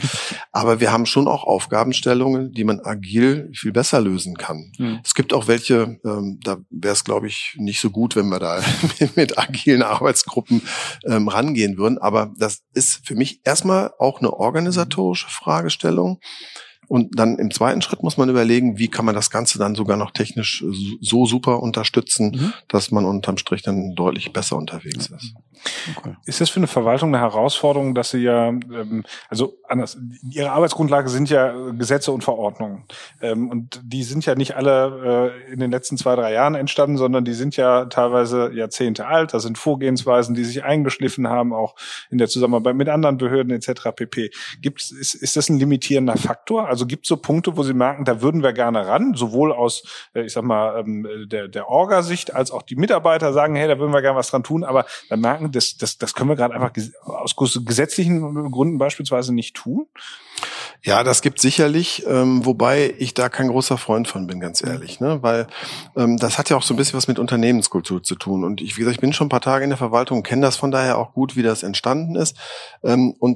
aber wir haben schon auch Aufgabenstellungen, die man agil viel besser lösen kann. Mhm. Es gibt auch welche, ähm, da wäre es, glaube ich, nicht so gut, wenn wir da mit, mit agilen Arbeitsgruppen ähm, rangehen würden, aber das ist für mich erstmal auch eine organisatorische Fragestellung. Und dann im zweiten Schritt muss man überlegen, wie kann man das Ganze dann sogar noch technisch so super unterstützen, mhm. dass man unterm Strich dann deutlich besser unterwegs ist. Okay. Ist das für eine Verwaltung eine Herausforderung, dass Sie ja, ähm, also anders, Ihre Arbeitsgrundlage sind ja Gesetze und Verordnungen. Ähm, und die sind ja nicht alle äh, in den letzten zwei, drei Jahren entstanden, sondern die sind ja teilweise Jahrzehnte alt. Das sind Vorgehensweisen, die sich eingeschliffen haben, auch in der Zusammenarbeit mit anderen Behörden et cetera pp. Gibt's, ist, ist das ein limitierender Faktor? Also gibt es so Punkte, wo Sie merken, da würden wir gerne ran, sowohl aus, äh, ich sag mal, ähm, der, der Orga-Sicht, als auch die Mitarbeiter sagen, hey, da würden wir gerne was dran tun, aber dann merken, das, das, das können wir gerade einfach aus gesetzlichen Gründen beispielsweise nicht tun? Ja, das gibt sicherlich, ähm, wobei ich da kein großer Freund von bin, ganz ehrlich, ne? Weil ähm, das hat ja auch so ein bisschen was mit Unternehmenskultur zu tun. Und ich, wie gesagt, ich bin schon ein paar Tage in der Verwaltung, kenne das von daher auch gut, wie das entstanden ist. Ähm, und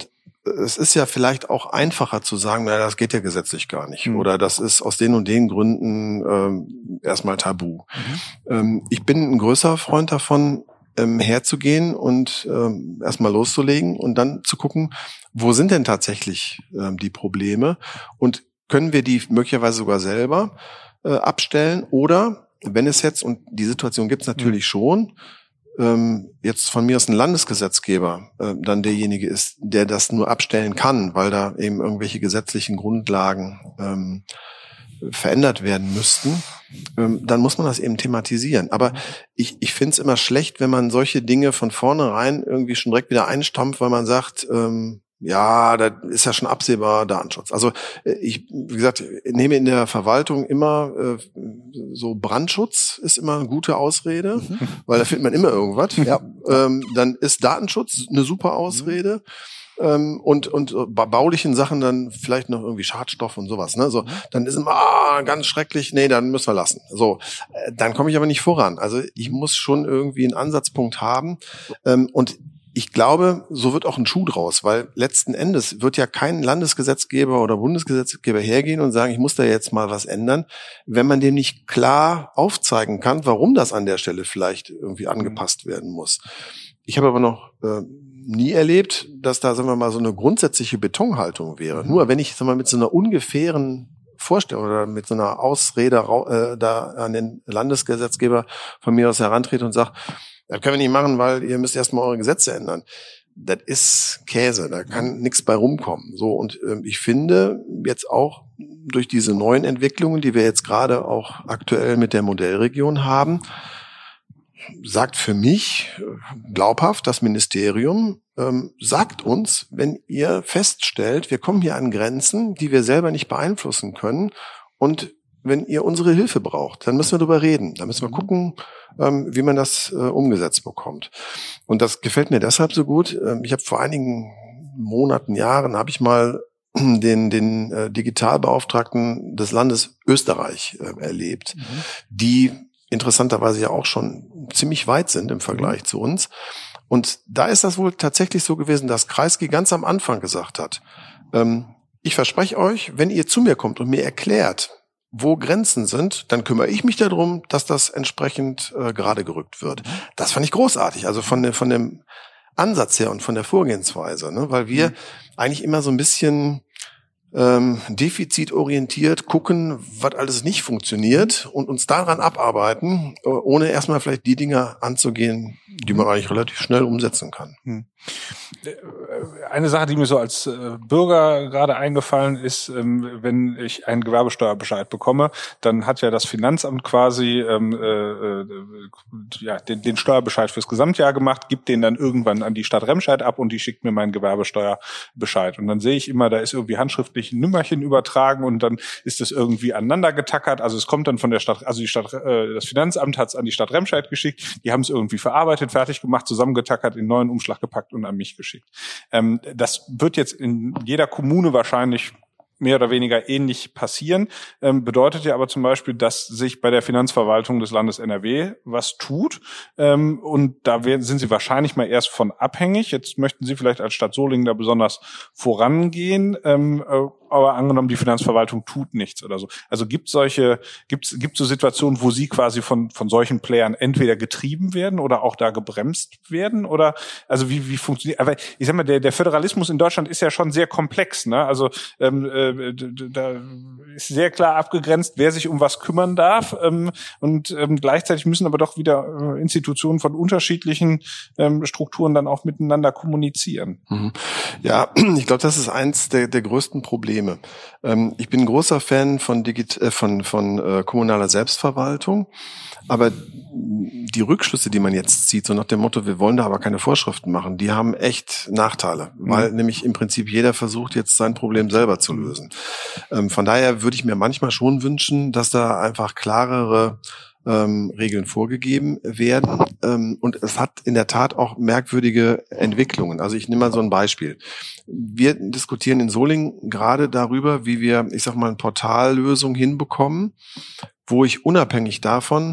es ist ja vielleicht auch einfacher zu sagen, naja, das geht ja gesetzlich gar nicht. Mhm. Oder das ist aus den und den Gründen ähm, erstmal tabu. Mhm. Ähm, ich bin ein größer Freund davon, ähm, herzugehen und ähm, erstmal loszulegen und dann zu gucken, wo sind denn tatsächlich ähm, die Probleme und können wir die möglicherweise sogar selber äh, abstellen oder wenn es jetzt, und die Situation gibt es natürlich mhm. schon, ähm, jetzt von mir aus ein Landesgesetzgeber äh, dann derjenige ist, der das nur abstellen kann, weil da eben irgendwelche gesetzlichen Grundlagen ähm, verändert werden müssten, ähm, dann muss man das eben thematisieren. Aber ich, ich finde es immer schlecht, wenn man solche Dinge von vornherein irgendwie schon direkt wieder einstampft, weil man sagt, ähm, ja, da ist ja schon absehbar Datenschutz. Also ich, wie gesagt, nehme in der Verwaltung immer äh, so Brandschutz ist immer eine gute Ausrede, mhm. weil da findet man immer irgendwas. Ja. Ähm, dann ist Datenschutz eine super Ausrede. Mhm. Ähm, und und bei baulichen Sachen dann vielleicht noch irgendwie Schadstoff und sowas. Ne, so dann ist immer ah, ganz schrecklich. Nee, dann müssen wir lassen. So, äh, dann komme ich aber nicht voran. Also ich muss schon irgendwie einen Ansatzpunkt haben ähm, und ich glaube, so wird auch ein Schuh draus, weil letzten Endes wird ja kein Landesgesetzgeber oder Bundesgesetzgeber hergehen und sagen, ich muss da jetzt mal was ändern, wenn man dem nicht klar aufzeigen kann, warum das an der Stelle vielleicht irgendwie angepasst werden muss. Ich habe aber noch äh, nie erlebt, dass da, sagen wir mal, so eine grundsätzliche Betonhaltung wäre. Mhm. Nur wenn ich, sagen wir mal, mit so einer ungefähren Vorstellung oder mit so einer Ausrede äh, da an den Landesgesetzgeber von mir aus herantrete und sage, das können wir nicht machen, weil ihr müsst erstmal eure Gesetze ändern. Das ist Käse, da kann nichts bei rumkommen. So, und äh, ich finde jetzt auch durch diese neuen Entwicklungen, die wir jetzt gerade auch aktuell mit der Modellregion haben, sagt für mich äh, glaubhaft, das Ministerium ähm, sagt uns, wenn ihr feststellt, wir kommen hier an Grenzen, die wir selber nicht beeinflussen können und wenn ihr unsere Hilfe braucht, dann müssen wir darüber reden. Dann müssen wir gucken, ähm, wie man das äh, umgesetzt bekommt. Und das gefällt mir deshalb so gut. Ähm, ich habe vor einigen Monaten, Jahren, habe ich mal den, den äh, Digitalbeauftragten des Landes Österreich äh, erlebt, mhm. die interessanterweise ja auch schon ziemlich weit sind im Vergleich mhm. zu uns. Und da ist das wohl tatsächlich so gewesen, dass Kreisky ganz am Anfang gesagt hat, ähm, ich verspreche euch, wenn ihr zu mir kommt und mir erklärt, wo Grenzen sind, dann kümmere ich mich darum, dass das entsprechend äh, gerade gerückt wird. Das fand ich großartig, also von, de, von dem Ansatz her und von der Vorgehensweise, ne? Weil wir mhm. eigentlich immer so ein bisschen ähm, defizitorientiert gucken, was alles nicht funktioniert und uns daran abarbeiten, äh, ohne erstmal vielleicht die Dinge anzugehen, die man eigentlich relativ schnell umsetzen kann. Mhm. Eine Sache, die mir so als äh, Bürger gerade eingefallen ist, ähm, wenn ich einen Gewerbesteuerbescheid bekomme, dann hat ja das Finanzamt quasi ähm, äh, ja, den, den Steuerbescheid fürs Gesamtjahr gemacht, gibt den dann irgendwann an die Stadt Remscheid ab und die schickt mir meinen Gewerbesteuerbescheid. Und dann sehe ich immer, da ist irgendwie handschriftlich ein Nümmerchen übertragen und dann ist das irgendwie aneinander getackert. Also es kommt dann von der Stadt, also die Stadt, äh, das Finanzamt hat es an die Stadt Remscheid geschickt, die haben es irgendwie verarbeitet, fertig gemacht, zusammengetackert, in einen neuen Umschlag gepackt und an mich geschickt. Ähm, das wird jetzt in jeder Kommune wahrscheinlich mehr oder weniger ähnlich passieren, ähm, bedeutet ja aber zum Beispiel, dass sich bei der Finanzverwaltung des Landes N R W was tut, ähm, und da werden, sind Sie wahrscheinlich mal erst von abhängig. Jetzt möchten Sie vielleicht als Stadt Solingen da besonders vorangehen, ähm, äh, aber angenommen, die Finanzverwaltung tut nichts oder so. Also gibt solche, gibt's gibt so Situationen, wo Sie quasi von von solchen Playern entweder getrieben werden oder auch da gebremst werden, oder also wie wie funktioniert? Aber ich sag mal, der der Föderalismus in Deutschland ist ja schon sehr komplex, ne? Also ähm, äh, da ist sehr klar abgegrenzt, wer sich um was kümmern darf, ähm, und ähm, gleichzeitig müssen aber doch wieder äh, Institutionen von unterschiedlichen ähm, Strukturen dann auch miteinander kommunizieren. Mhm. Ja, ich glaube, das ist eins der der größten Probleme. Ich bin ein großer Fan von, Digit- äh, von, von äh, kommunaler Selbstverwaltung, aber die Rückschlüsse, die man jetzt zieht, so nach dem Motto, wir wollen da aber keine Vorschriften machen, die haben echt Nachteile, mhm. weil nämlich im Prinzip jeder versucht jetzt sein Problem selber zu lösen. Ähm, von daher würde ich mir manchmal schon wünschen, dass da einfach klarere Ähm, Regeln vorgegeben werden. Ähm, und es hat in der Tat auch merkwürdige Entwicklungen. Also ich nehme mal so ein Beispiel. Wir diskutieren in Solingen gerade darüber, wie wir, ich sag mal, eine Portallösung hinbekommen, wo ich unabhängig davon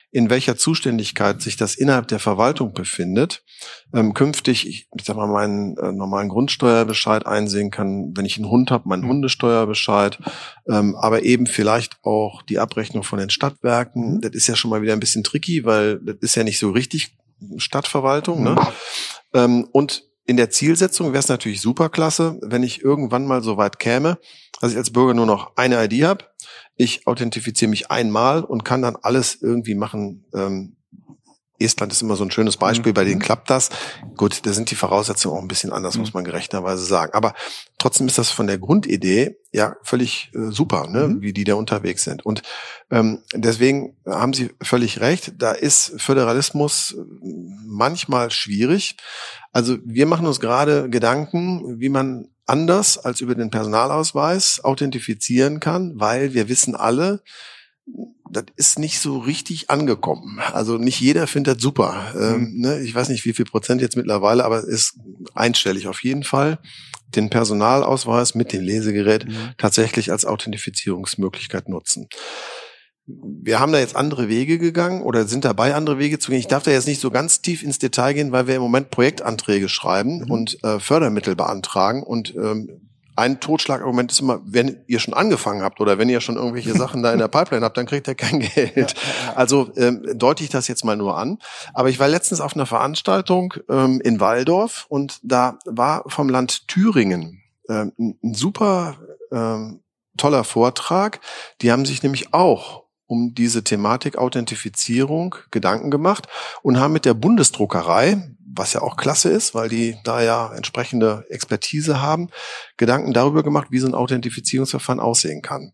in welcher Zuständigkeit sich das innerhalb der Verwaltung befindet, ähm, künftig, ich, ich sag mal, meinen äh, normalen Grundsteuerbescheid einsehen kann, wenn ich einen Hund habe, meinen Hundesteuerbescheid, ähm, aber eben vielleicht auch die Abrechnung von den Stadtwerken. Mhm. Das ist ja schon mal wieder ein bisschen tricky, weil das ist ja nicht so richtig Stadtverwaltung, ne? Mhm. Ähm, und in der Zielsetzung wäre es natürlich superklasse, wenn ich irgendwann mal so weit käme, dass ich als Bürger nur noch eine I D habe. Ich authentifiziere mich einmal und kann dann alles irgendwie machen. Ähm, Estland ist immer so ein schönes Beispiel, mhm. bei denen klappt das. Gut, da sind die Voraussetzungen auch ein bisschen anders, mhm. muss man gerechterweise sagen. Aber trotzdem ist das von der Grundidee ja völlig äh, super, ne, mhm. wie die da unterwegs sind. Und ähm, deswegen haben Sie völlig recht, da ist Föderalismus manchmal schwierig. Also wir machen uns gerade Gedanken, wie man anders als über den Personalausweis authentifizieren kann, weil wir wissen alle, das ist nicht so richtig angekommen. Also nicht jeder findet das super. Mhm. Ähm, ne? Ich weiß nicht, wie viel Prozent jetzt mittlerweile, aber es ist einstellig auf jeden Fall, den Personalausweis mit dem Lesegerät mhm. tatsächlich als Authentifizierungsmöglichkeit nutzen. Wir haben da jetzt andere Wege gegangen oder sind dabei, andere Wege zu gehen. Ich darf da jetzt nicht so ganz tief ins Detail gehen, weil wir im Moment Projektanträge schreiben mhm. und äh, Fördermittel beantragen. Und ähm, ein Totschlagargument ist immer, wenn ihr schon angefangen habt oder wenn ihr schon irgendwelche Sachen da in der Pipeline habt, dann kriegt ihr kein Geld. Also ähm, deute ich das jetzt mal nur an. Aber ich war letztens auf einer Veranstaltung ähm, in Walldorf und da war vom Land Thüringen ähm, ein super ähm, toller Vortrag. Die haben sich nämlich auch um diese Thematik Authentifizierung Gedanken gemacht und haben mit der Bundesdruckerei, was ja auch klasse ist, weil die da ja entsprechende Expertise haben, Gedanken darüber gemacht, wie so ein Authentifizierungsverfahren aussehen kann.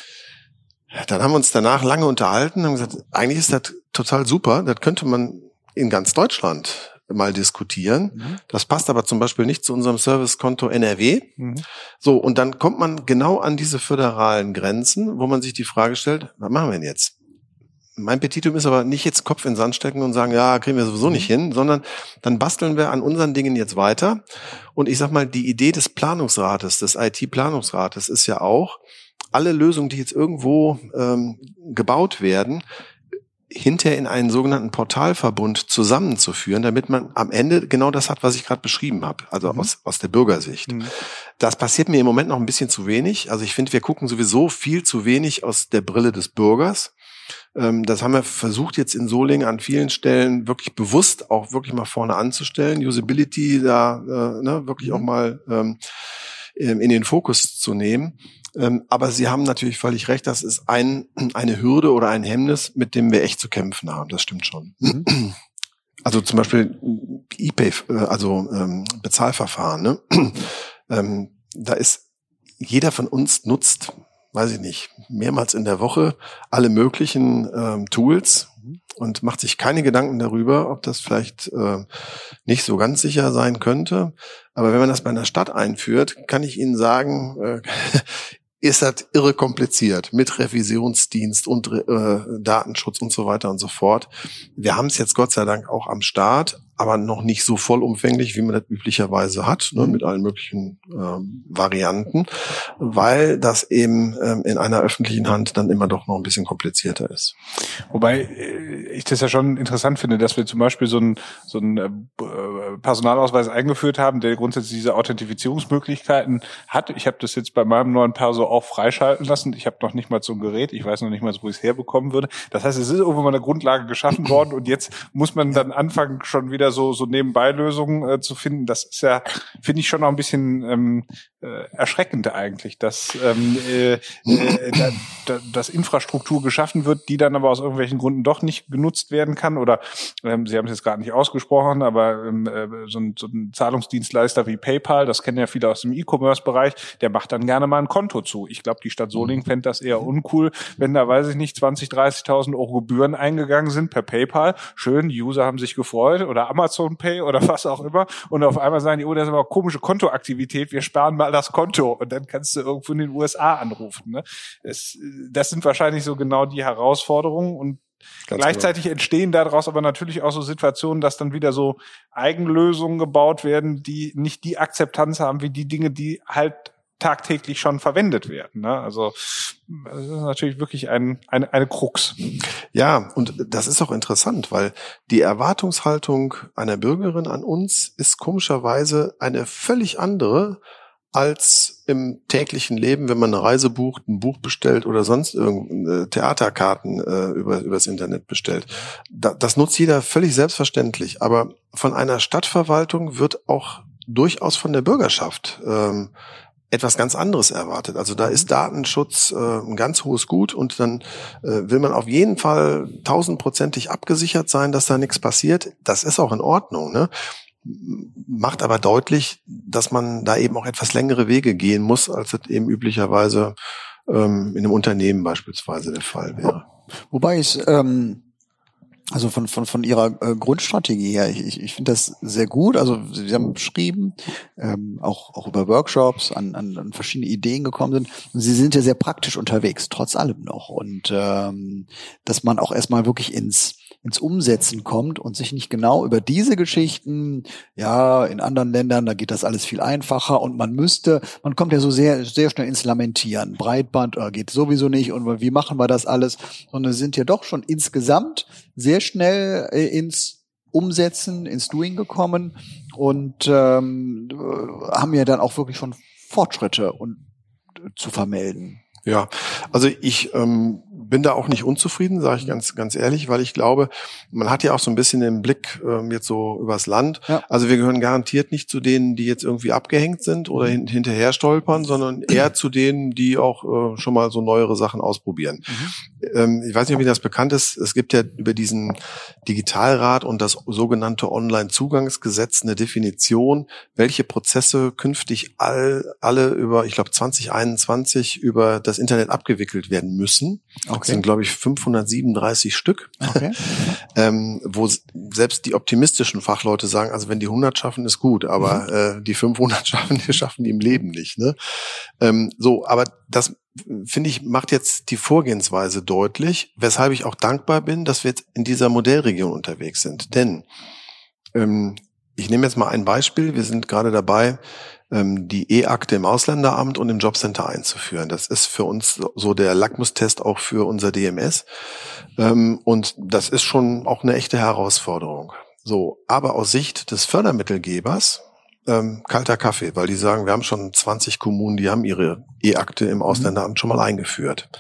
Dann haben wir uns danach lange unterhalten und haben gesagt, eigentlich ist das total super, das könnte man in ganz Deutschland mal diskutieren. Mhm. Das passt aber zum Beispiel nicht zu unserem Servicekonto N R W. Mhm. So, und dann kommt man genau an diese föderalen Grenzen, wo man sich die Frage stellt, was machen wir denn jetzt? Mein Petitum ist aber nicht jetzt Kopf in den Sand stecken und sagen, ja, kriegen wir sowieso nicht hin, sondern dann basteln wir an unseren Dingen jetzt weiter. Und ich sag mal, die Idee des Planungsrates, des I T-Planungsrates ist ja auch, alle Lösungen, die jetzt irgendwo ähm, gebaut werden, hinterher in einen sogenannten Portalverbund zusammenzuführen, damit man am Ende genau das hat, was ich gerade beschrieben habe, also mhm. aus, aus der Bürgersicht. Mhm. Das passiert mir im Moment noch ein bisschen zu wenig. Also ich finde, wir gucken sowieso viel zu wenig aus der Brille des Bürgers. Ähm, das haben wir versucht jetzt in Solingen an vielen Stellen wirklich bewusst auch wirklich mal vorne anzustellen, Usability da äh, ne, wirklich mhm. auch mal ähm, in den Fokus zu nehmen. Ähm, aber Sie haben natürlich völlig recht, das ist ein, eine Hürde oder ein Hemmnis, mit dem wir echt zu kämpfen haben. Das stimmt schon. Mhm. Also zum Beispiel E-Pay, also ähm, Bezahlverfahren. Ne? ähm, da ist jeder von uns nutzt, weiß ich nicht, mehrmals in der Woche alle möglichen ähm, Tools und macht sich keine Gedanken darüber, ob das vielleicht äh, nicht so ganz sicher sein könnte. Aber wenn man das bei einer Stadt einführt, kann ich Ihnen sagen, äh, ist das irre kompliziert mit Revisionsdienst und äh, Datenschutz und so weiter und so fort. Wir haben es jetzt Gott sei Dank auch am Start, aber noch nicht so vollumfänglich, wie man das üblicherweise hat, ne, mit allen möglichen ähm, Varianten, weil das eben ähm, in einer öffentlichen Hand dann immer doch noch ein bisschen komplizierter ist. Wobei ich das ja schon interessant finde, dass wir zum Beispiel so einen so einen äh, Personalausweis eingeführt haben, der grundsätzlich diese Authentifizierungsmöglichkeiten hat. Ich habe das jetzt bei meinem neuen Perso auch freischalten lassen. Ich habe noch nicht mal so ein Gerät. Ich weiß noch nicht mal, wo ich es herbekommen würde. Das heißt, es ist irgendwo mal eine Grundlage geschaffen worden und jetzt muss man dann anfangen, schon wieder so so Nebenbei-Lösungen äh, zu finden. Das ist ja, finde ich, schon noch ein bisschen ähm, äh, erschreckend eigentlich, dass ähm, äh, äh, da, da, dass Infrastruktur geschaffen wird, die dann aber aus irgendwelchen Gründen doch nicht genutzt werden kann. Oder ähm, Sie haben es jetzt gerade nicht ausgesprochen, aber ähm, äh, so, ein, so ein Zahlungsdienstleister wie PayPal, das kennen ja viele aus dem E-Commerce-Bereich, der macht dann gerne mal ein Konto zu. Ich glaube, die Stadt Solingen fände das eher uncool, wenn da, weiß ich nicht, zwanzig, dreißigtausend Euro Gebühren eingegangen sind per PayPal. Schön, die User haben sich gefreut oder Amazon Pay oder was auch immer und auf einmal sagen die, oh, das ist aber komische Kontoaktivität, wir sperren mal das Konto und dann kannst du irgendwo in den U S A anrufen. Ne? Es, das sind wahrscheinlich so genau die Herausforderungen und Ganz gleichzeitig genau. entstehen daraus aber natürlich auch so Situationen, dass dann wieder so Eigenlösungen gebaut werden, die nicht die Akzeptanz haben wie die Dinge, die halt tagtäglich schon verwendet werden. Ne? Also das ist natürlich wirklich ein, eine, eine Krux. Ja, und das ist auch interessant, weil die Erwartungshaltung einer Bürgerin an uns ist komischerweise eine völlig andere als im täglichen Leben, wenn man eine Reise bucht, ein Buch bestellt oder sonst irgendeine Theaterkarten äh, über übers Internet bestellt. Da, das nutzt jeder völlig selbstverständlich. Aber von einer Stadtverwaltung wird auch durchaus von der Bürgerschaft ähm, etwas ganz anderes erwartet. Also da ist Datenschutz äh, ein ganz hohes Gut und dann äh, will man auf jeden Fall tausendprozentig abgesichert sein, dass da nichts passiert. Das ist auch in Ordnung, ne? Macht aber deutlich, dass man da eben auch etwas längere Wege gehen muss, als das eben üblicherweise ähm, in einem Unternehmen beispielsweise der Fall wäre. Wobei ich ähm Also von von von Ihrer äh, Grundstrategie her, ich, ich, ich finde das sehr gut. Also Sie haben beschrieben, ähm, auch auch über Workshops an, an, an verschiedene Ideen gekommen sind. Und Sie sind ja sehr praktisch unterwegs, trotz allem noch. Und ähm, dass man auch erstmal wirklich ins ins Umsetzen kommt und sich nicht genau über diese Geschichten, ja, in anderen Ländern, da geht das alles viel einfacher und man müsste, man kommt ja so sehr sehr schnell ins Lamentieren. Breitband äh, geht sowieso nicht und wie machen wir das alles? Und wir sind ja doch schon insgesamt sehr schnell äh, ins Umsetzen, ins Doing gekommen und ähm, haben ja dann auch wirklich schon Fortschritte und, äh, zu vermelden. Ja, also ich ähm, bin da auch nicht unzufrieden, sage ich ganz ganz ehrlich, weil ich glaube, man hat ja auch so ein bisschen den Blick ähm, jetzt so übers Land. Ja. Also wir gehören garantiert nicht zu denen, die jetzt irgendwie abgehängt sind oder hin, hinterher stolpern, sondern eher zu denen, die auch äh, schon mal so neuere Sachen ausprobieren. Mhm. Ähm, ich weiß nicht, ob Ihnen das bekannt ist. Es gibt ja über diesen Digitalrat und das sogenannte Online-Zugangsgesetz eine Definition, welche Prozesse künftig all, alle über, ich glaube zwanzig einundzwanzig über das Internet abgewickelt werden müssen. Okay. Das sind, glaube ich, fünfhundertsiebenunddreißig Stück. Okay. ähm, wo selbst die optimistischen Fachleute sagen, also wenn die hundert schaffen, ist gut, aber mhm. äh, die fünfhundert schaffen, die schaffen die im Leben nicht. Ne? Ähm, so, aber das, finde ich, macht jetzt die Vorgehensweise deutlich, weshalb ich auch dankbar bin, dass wir jetzt in dieser Modellregion unterwegs sind. Denn ähm, ich nehme jetzt mal ein Beispiel. Wir sind gerade dabei, die E-Akte im Ausländeramt und im Jobcenter einzuführen. Das ist für uns so der Lackmustest auch für unser D M S. Und das ist schon auch eine echte Herausforderung. So, aber aus Sicht des Fördermittelgebers ähm, kalter Kaffee, weil die sagen, wir haben schon zwanzig Kommunen, die haben ihre E-Akte im Ausländeramt schon mal eingeführt.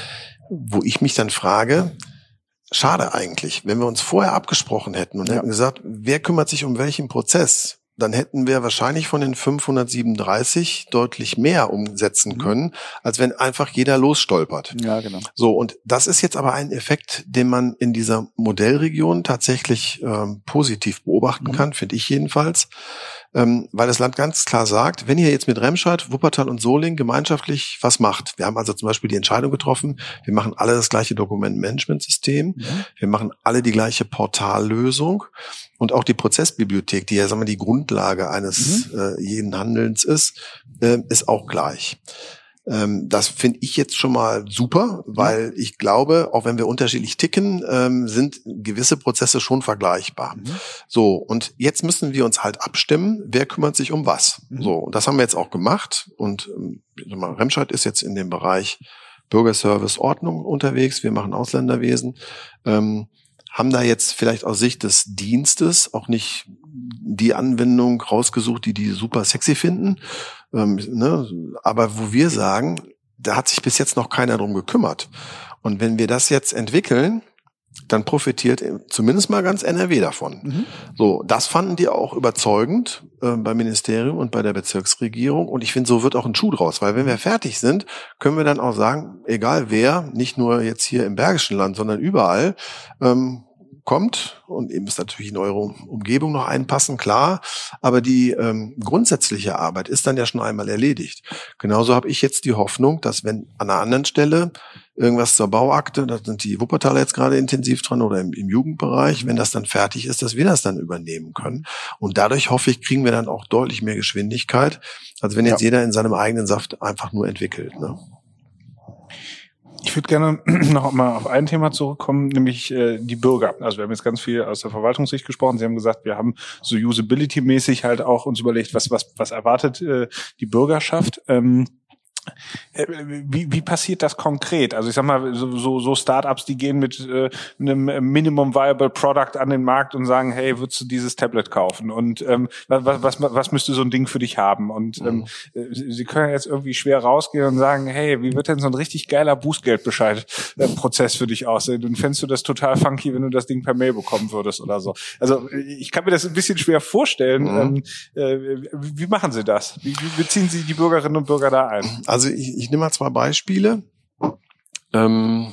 Wo ich mich dann frage, schade eigentlich, wenn wir uns vorher abgesprochen hätten und ja. hätten gesagt, wer kümmert sich um welchen Prozess, dann hätten wir wahrscheinlich von den fünfhundertsiebenunddreißig deutlich mehr umsetzen können, als wenn einfach jeder losstolpert. Ja, genau. So, und das ist jetzt aber ein Effekt, den man in dieser Modellregion tatsächlich ähm, positiv beobachten mhm. kann, finde ich jedenfalls, ähm, weil das Land ganz klar sagt, wenn ihr jetzt mit Remscheid, Wuppertal und Solingen gemeinschaftlich was macht, wir haben also zum Beispiel die Entscheidung getroffen, wir machen alle das gleiche Dokumentenmanagementsystem, mhm. wir machen alle die gleiche Portallösung, und auch die Prozessbibliothek, die ja sagen wir, die Grundlage eines mhm. äh, jeden Handelns ist, äh, ist auch gleich. Ähm, das finde ich jetzt schon mal super, weil mhm. ich glaube, auch wenn wir unterschiedlich ticken, ähm, sind gewisse Prozesse schon vergleichbar. Mhm. So, und jetzt müssen wir uns halt abstimmen, wer kümmert sich um was. Mhm. So, und das haben wir jetzt auch gemacht. Und ähm, mal, Remscheid ist jetzt in dem Bereich Bürgerservice, Ordnung unterwegs. Wir machen Ausländerwesen. Ähm, haben da jetzt vielleicht aus Sicht des Dienstes auch nicht die Anwendung rausgesucht, die die super sexy finden. Ähm, ne? Aber wo wir sagen, da hat sich bis jetzt noch keiner drum gekümmert. Und wenn wir das jetzt entwickeln, dann profitiert zumindest mal ganz N R W davon. Mhm. So, das fanden die auch überzeugend äh, beim Ministerium und bei der Bezirksregierung. Und ich finde, so wird auch ein Schuh draus. Weil wenn wir fertig sind, können wir dann auch sagen, egal wer, nicht nur jetzt hier im Bergischen Land, sondern überall, ähm, kommt, und ihr müsst natürlich in eure Umgebung noch einpassen, klar, aber die ähm, grundsätzliche Arbeit ist dann ja schon einmal erledigt. Genauso habe ich jetzt die Hoffnung, dass wenn an einer anderen Stelle irgendwas zur Bauakte, da sind die Wuppertaler jetzt gerade intensiv dran oder im, im Jugendbereich, wenn das dann fertig ist, dass wir das dann übernehmen können. Und dadurch hoffe ich, kriegen wir dann auch deutlich mehr Geschwindigkeit, als wenn jetzt ja. jeder in seinem eigenen Saft einfach nur entwickelt. Ne? Ich würde gerne noch mal auf ein Thema zurückkommen, nämlich äh, die Bürger. Also wir haben jetzt ganz viel aus der Verwaltungssicht gesprochen. Sie haben gesagt, wir haben so Usability-mäßig halt auch uns überlegt, was was was erwartet äh, die Bürgerschaft. Ähm, Wie, wie passiert das konkret? Also ich sag mal, so, so, so Startups, die gehen mit äh, einem Minimum Viable Product an den Markt und sagen, hey, würdest du dieses Tablet kaufen? Und ähm, was, was, was müsste so ein Ding für dich haben? Und ähm, mhm. sie können jetzt irgendwie schwer rausgehen und sagen, hey, wie wird denn so ein richtig geiler Bußgeldbescheid-Prozess für dich aussehen? Und fändest du das total funky, wenn du das Ding per Mail bekommen würdest oder so? Also ich kann mir das ein bisschen schwer vorstellen. Mhm. Ähm, äh, wie machen Sie das? Wie, wie beziehen Sie die Bürgerinnen und Bürger da ein? Also ich, ich nehme mal zwei Beispiele. Ähm,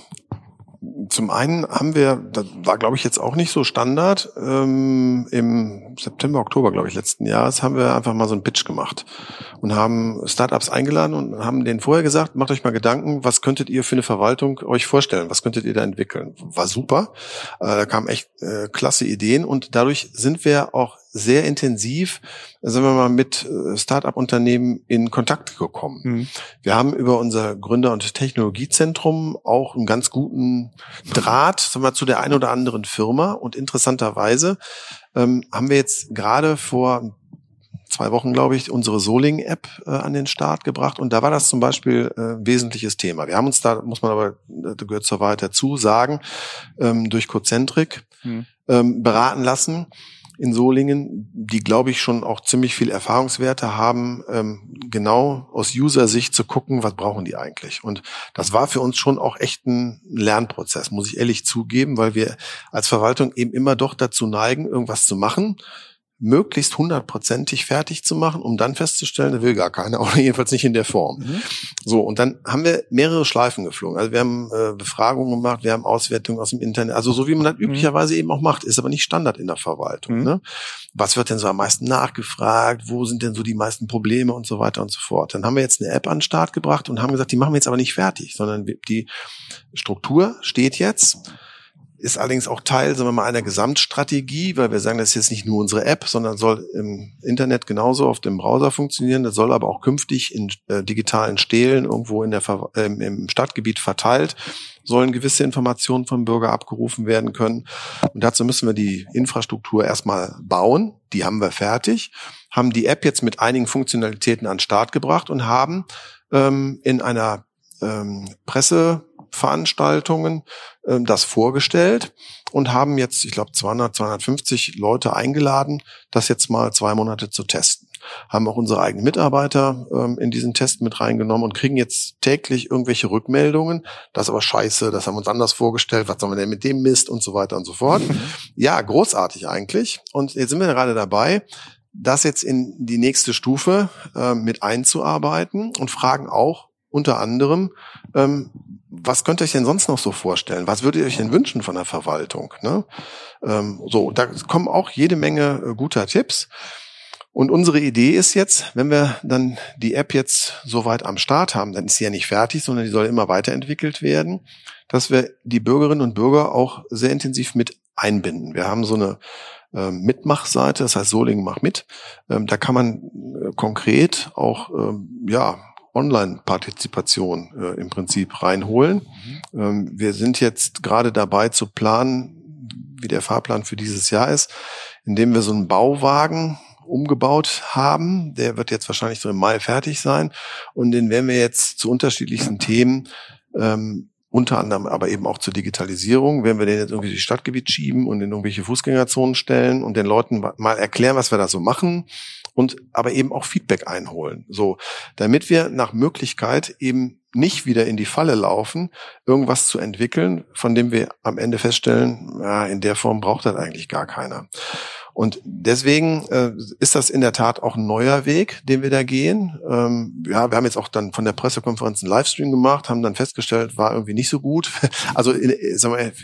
zum einen haben wir, das war glaube ich jetzt auch nicht so Standard, ähm, im September, Oktober glaube ich letzten Jahres haben wir einfach mal so einen Pitch gemacht und haben Startups eingeladen und haben denen vorher gesagt, macht euch mal Gedanken, was könntet ihr für eine Verwaltung euch vorstellen, was könntet ihr da entwickeln. War super, äh, da kamen echt äh, klasse Ideen und dadurch sind wir auch sehr intensiv, sagen wir mal, mit Start-up-Unternehmen in Kontakt gekommen. Mhm. Wir haben über unser Gründer- und Technologiezentrum auch einen ganz guten Draht, sagen wir, zu der einen oder anderen Firma. Und interessanterweise ähm, haben wir jetzt gerade vor zwei Wochen, glaube ich, unsere Soling-App äh, an den Start gebracht. Und da war das zum Beispiel äh, ein wesentliches Thema. Wir haben uns da, muss man aber, da gehört zur Wahrheit dazu, sagen, ähm, durch Cocentric mhm. ähm, beraten lassen, in Solingen, die, glaube ich, schon auch ziemlich viel Erfahrungswerte haben, ähm, genau aus User-Sicht zu gucken, was brauchen die eigentlich. Und das war für uns schon auch echt ein Lernprozess, muss ich ehrlich zugeben, weil wir als Verwaltung eben immer doch dazu neigen, irgendwas zu machen, möglichst hundertprozentig fertig zu machen, um dann festzustellen, da will gar keiner, oder jedenfalls nicht in der Form. Mhm. So, und dann haben wir mehrere Schleifen geflogen. Also wir haben äh, Befragungen gemacht, wir haben Auswertungen aus dem Internet, also so wie man das mhm. üblicherweise eben auch macht, ist aber nicht Standard in der Verwaltung. Mhm. Ne? Was wird denn so am meisten nachgefragt? Wo sind denn so die meisten Probleme und so weiter und so fort? Dann haben wir jetzt eine App an den Start gebracht und haben gesagt, die machen wir jetzt aber nicht fertig, sondern die Struktur steht jetzt, ist allerdings auch Teil, sagen wir mal, einer Gesamtstrategie, weil wir sagen, das ist jetzt nicht nur unsere App, sondern soll im Internet genauso auf dem Browser funktionieren. Das soll aber auch künftig in äh, digitalen Stelen irgendwo in der Ver- äh, im Stadtgebiet verteilt, sollen gewisse Informationen vom Bürger abgerufen werden können. Und dazu müssen wir die Infrastruktur erstmal bauen. Die haben wir fertig, haben die App jetzt mit einigen Funktionalitäten an den Start gebracht und haben ähm, in einer ähm, Presse Veranstaltungen äh, das vorgestellt und haben jetzt, ich glaube, zweihundert, zweihundertfünfzig Leute eingeladen, das jetzt mal zwei Monate zu testen. Haben auch unsere eigenen Mitarbeiter ähm, in diesen Test mit reingenommen und kriegen jetzt täglich irgendwelche Rückmeldungen. Das ist aber scheiße, das haben wir uns anders vorgestellt, was sollen wir denn mit dem Mist und so weiter und so fort. Ja, großartig eigentlich. Und jetzt sind wir gerade dabei, das jetzt in die nächste Stufe äh, mit einzuarbeiten und fragen auch unter anderem, ähm, was könnt ihr euch denn sonst noch so vorstellen? Was würdet ihr euch denn wünschen von der Verwaltung? Ne? Ähm, so, da kommen auch jede Menge äh, guter Tipps. Und unsere Idee ist jetzt, wenn wir dann die App jetzt soweit am Start haben, dann ist sie ja nicht fertig, sondern die soll immer weiterentwickelt werden, dass wir die Bürgerinnen und Bürger auch sehr intensiv mit einbinden. Wir haben so eine ähm, Mitmachseite, das heißt Solingen macht mit. Ähm, da kann man äh, konkret auch, ähm, ja, Online-Partizipation äh, im Prinzip reinholen. Mhm. Ähm, wir sind jetzt gerade dabei zu planen, wie der Fahrplan für dieses Jahr ist, indem wir so einen Bauwagen umgebaut haben. Der wird jetzt wahrscheinlich so im Mai fertig sein. Und den werden wir jetzt zu unterschiedlichsten Themen, ähm, unter anderem aber eben auch zur Digitalisierung, werden wir den jetzt irgendwie durchs Stadtgebiet schieben und in irgendwelche Fußgängerzonen stellen und den Leuten mal erklären, was wir da so machen. Und aber eben auch Feedback einholen, so, damit wir nach Möglichkeit eben nicht wieder in die Falle laufen, irgendwas zu entwickeln, von dem wir am Ende feststellen, ja, in der Form braucht das eigentlich gar keiner. Und deswegen äh, ist das in der Tat auch ein neuer Weg, den wir da gehen. Ähm, ja, wir haben jetzt auch dann von der Pressekonferenz einen Livestream gemacht, haben dann festgestellt, war irgendwie nicht so gut. Also in, sagen wir,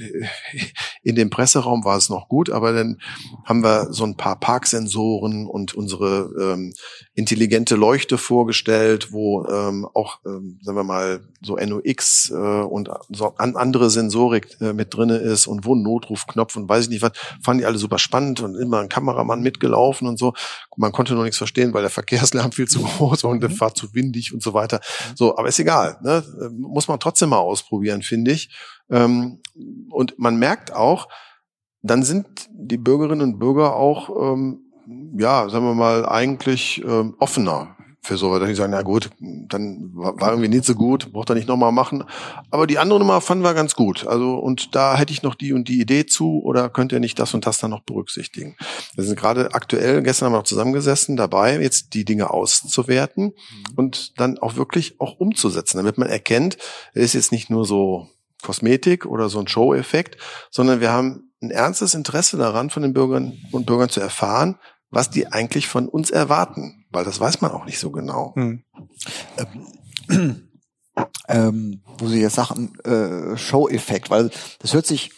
in dem Presseraum war es noch gut, aber dann haben wir so ein paar Parksensoren und unsere ähm, intelligente Leuchte vorgestellt, wo ähm, auch, ähm, sagen wir mal, so N O X äh, und so an, andere Sensorik äh, mit drinne ist und wo ein Notrufknopf und weiß ich nicht was, fanden die alle super spannend und immer ein Kameramann mitgelaufen und so. Man konnte nur nichts verstehen, weil der Verkehrslärm viel zu groß und der war zu windig und so weiter. So, aber ist egal, ne? Muss man trotzdem mal ausprobieren, finde ich. Und man merkt auch, dann sind die Bürgerinnen und Bürger auch, ja, sagen wir mal, eigentlich offener für sowas, dass die sagen, na gut, dann war irgendwie nicht so gut, braucht er nicht nochmal machen. Aber die andere Nummer fanden wir ganz gut. Also, und da hätte ich noch die und die Idee zu, oder könnt ihr nicht das und das dann noch berücksichtigen? Wir sind gerade aktuell, gestern haben wir noch zusammengesessen, dabei, jetzt die Dinge auszuwerten mhm. und dann auch wirklich auch umzusetzen, damit man erkennt, es ist jetzt nicht nur so Kosmetik oder so ein Show-Effekt, sondern wir haben ein ernstes Interesse daran, von den Bürgerinnen und Bürgern zu erfahren, was die eigentlich von uns erwarten, weil das weiß man auch nicht so genau. Hm. Ähm, ähm, wo Sie jetzt sagen, äh, Show-Effekt, weil das hört sich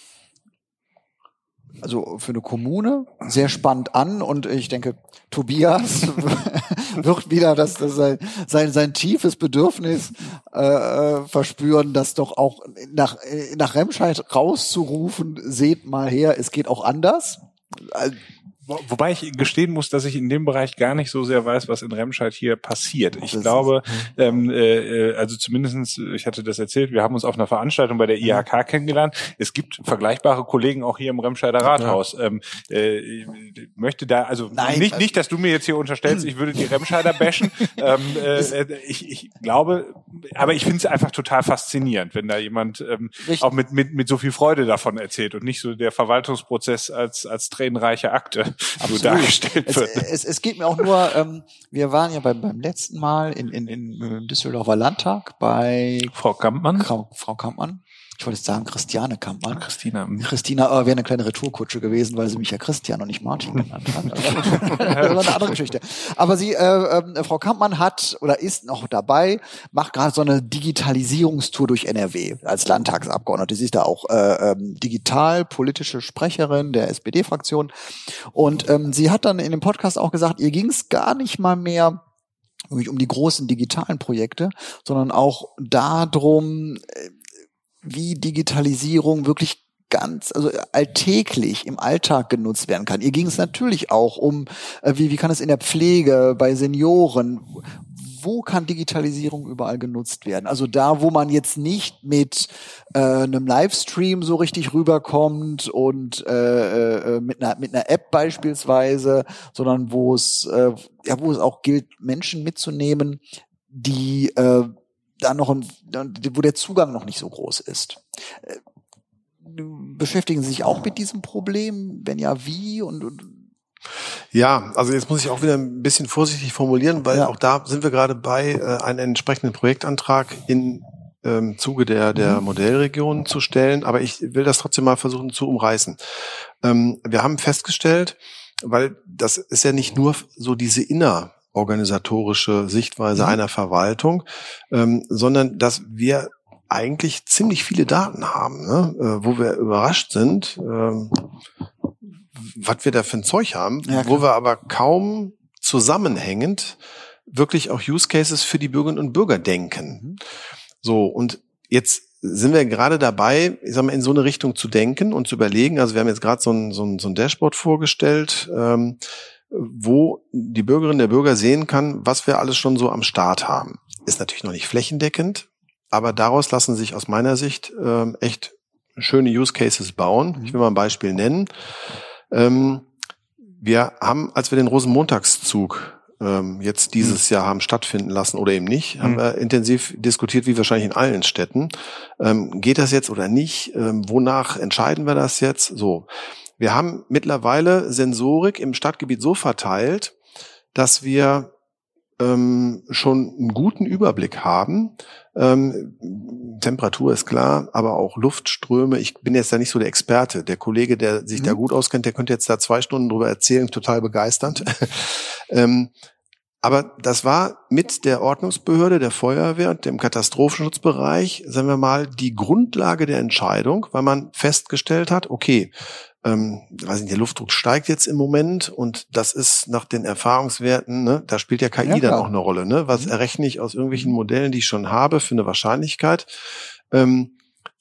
also für eine Kommune sehr spannend an und ich denke, Tobias wird wieder das, das sein, sein, sein tiefes Bedürfnis äh, verspüren, das doch auch nach, nach Remscheid rauszurufen, seht mal her, es geht auch anders. Also, wobei ich gestehen muss, dass ich in dem Bereich gar nicht so sehr weiß, was in Remscheid hier passiert. Ich das glaube, ähm, äh, also zumindestens, ich hatte das erzählt, wir haben uns auf einer Veranstaltung bei der I H K kennengelernt. Es gibt vergleichbare Kollegen auch hier im Remscheider Rathaus. Ja. Ähm, äh, ich möchte da, also Nein, nicht, nicht, dass du mir jetzt hier unterstellst, ich würde die Remscheider bashen. ähm, äh, ich, ich glaube, aber ich finde es einfach total faszinierend, wenn da jemand ähm, auch mit, mit, mit so viel Freude davon erzählt und nicht so der Verwaltungsprozess als, als tränenreiche Akte so dargestellt wird. Es, es, es geht mir auch nur, ähm, wir waren ja beim, beim letzten Mal in, in, in Düsseldorfer Landtag bei Frau Kampmann. Frau, Frau Kampmann. Ich wollte jetzt sagen Christiane Kampmann. Christina. Christina, oh, wäre eine kleine Retourkutsche gewesen, weil sie mich ja Christian und nicht Martin genannt hat. Das war eine andere Geschichte. Aber sie, äh, äh, Frau Kampmann hat oder ist noch dabei, macht gerade so eine Digitalisierungstour durch N R W als Landtagsabgeordnete. Sie ist da auch äh, ähm, digital-politische Sprecherin der S P D-Fraktion. Und ähm, sie hat dann in dem Podcast auch gesagt, ihr ging es gar nicht mal mehr um die großen digitalen Projekte, sondern auch darum, wie Digitalisierung wirklich ganz, also alltäglich im Alltag genutzt werden kann. Ihr ging es natürlich auch um, wie, wie kann es in der Pflege, bei Senioren, wo kann Digitalisierung überall genutzt werden? Also da, wo man jetzt nicht mit äh, einem Livestream so richtig rüberkommt und äh, äh, mit einer mit einer App beispielsweise, sondern wo es äh, ja wo es auch gilt, Menschen mitzunehmen, die äh, da noch ein, wo der Zugang noch nicht so groß ist. Beschäftigen Sie sich auch mit diesem Problem? Wenn ja, wie? Und, und ja, also jetzt muss ich auch wieder ein bisschen vorsichtig formulieren, weil ja. auch da sind wir gerade bei, äh, einen entsprechenden Projektantrag in ähm, Zuge der der mhm. Modellregion zu stellen. Aber ich will das trotzdem mal versuchen zu umreißen. Ähm, wir haben festgestellt, weil das ist ja nicht nur so diese inner organisatorische Sichtweise mhm. einer Verwaltung, ähm, sondern dass wir eigentlich ziemlich viele Daten haben, ne? äh, wo wir überrascht sind, ähm, was wir da für ein Zeug haben, ja, wo wir aber kaum zusammenhängend wirklich auch Use Cases für die Bürgerinnen und Bürger denken. Mhm. So, und jetzt sind wir gerade dabei, ich sag mal, in so eine Richtung zu denken und zu überlegen. Also wir haben jetzt gerade so ein, so ein, so ein Dashboard vorgestellt, ähm, wo die Bürgerin, der Bürger sehen kann, was wir alles schon so am Start haben. Ist natürlich noch nicht flächendeckend, aber daraus lassen sich aus meiner Sicht ähm, echt schöne Use Cases bauen. Ich will mal ein Beispiel nennen. Ähm, wir haben, als wir den Rosenmontagszug ähm, jetzt dieses Jahr haben stattfinden lassen oder eben nicht, mhm. haben wir intensiv diskutiert, wie wahrscheinlich in allen Städten. Ähm, geht das jetzt oder nicht? Ähm, wonach entscheiden wir das jetzt? So. Wir haben mittlerweile Sensorik im Stadtgebiet so verteilt, dass wir ähm, schon einen guten Überblick haben. Ähm, Temperatur ist klar, aber auch Luftströme. Ich bin jetzt da nicht so der Experte. Der Kollege, der sich mhm. da gut auskennt, der könnte jetzt da zwei Stunden drüber erzählen, total begeisternd. ähm, aber das war mit der Ordnungsbehörde, der Feuerwehr und dem Katastrophenschutzbereich, sagen wir mal, die Grundlage der Entscheidung, weil man festgestellt hat, okay, ähm, weiß nicht, der Luftdruck steigt jetzt im Moment und das ist nach den Erfahrungswerten, ne, da spielt ja K I ja, dann auch eine Rolle. Ne? Was errechne ich aus irgendwelchen Modellen, die ich schon habe, für eine Wahrscheinlichkeit? Ähm,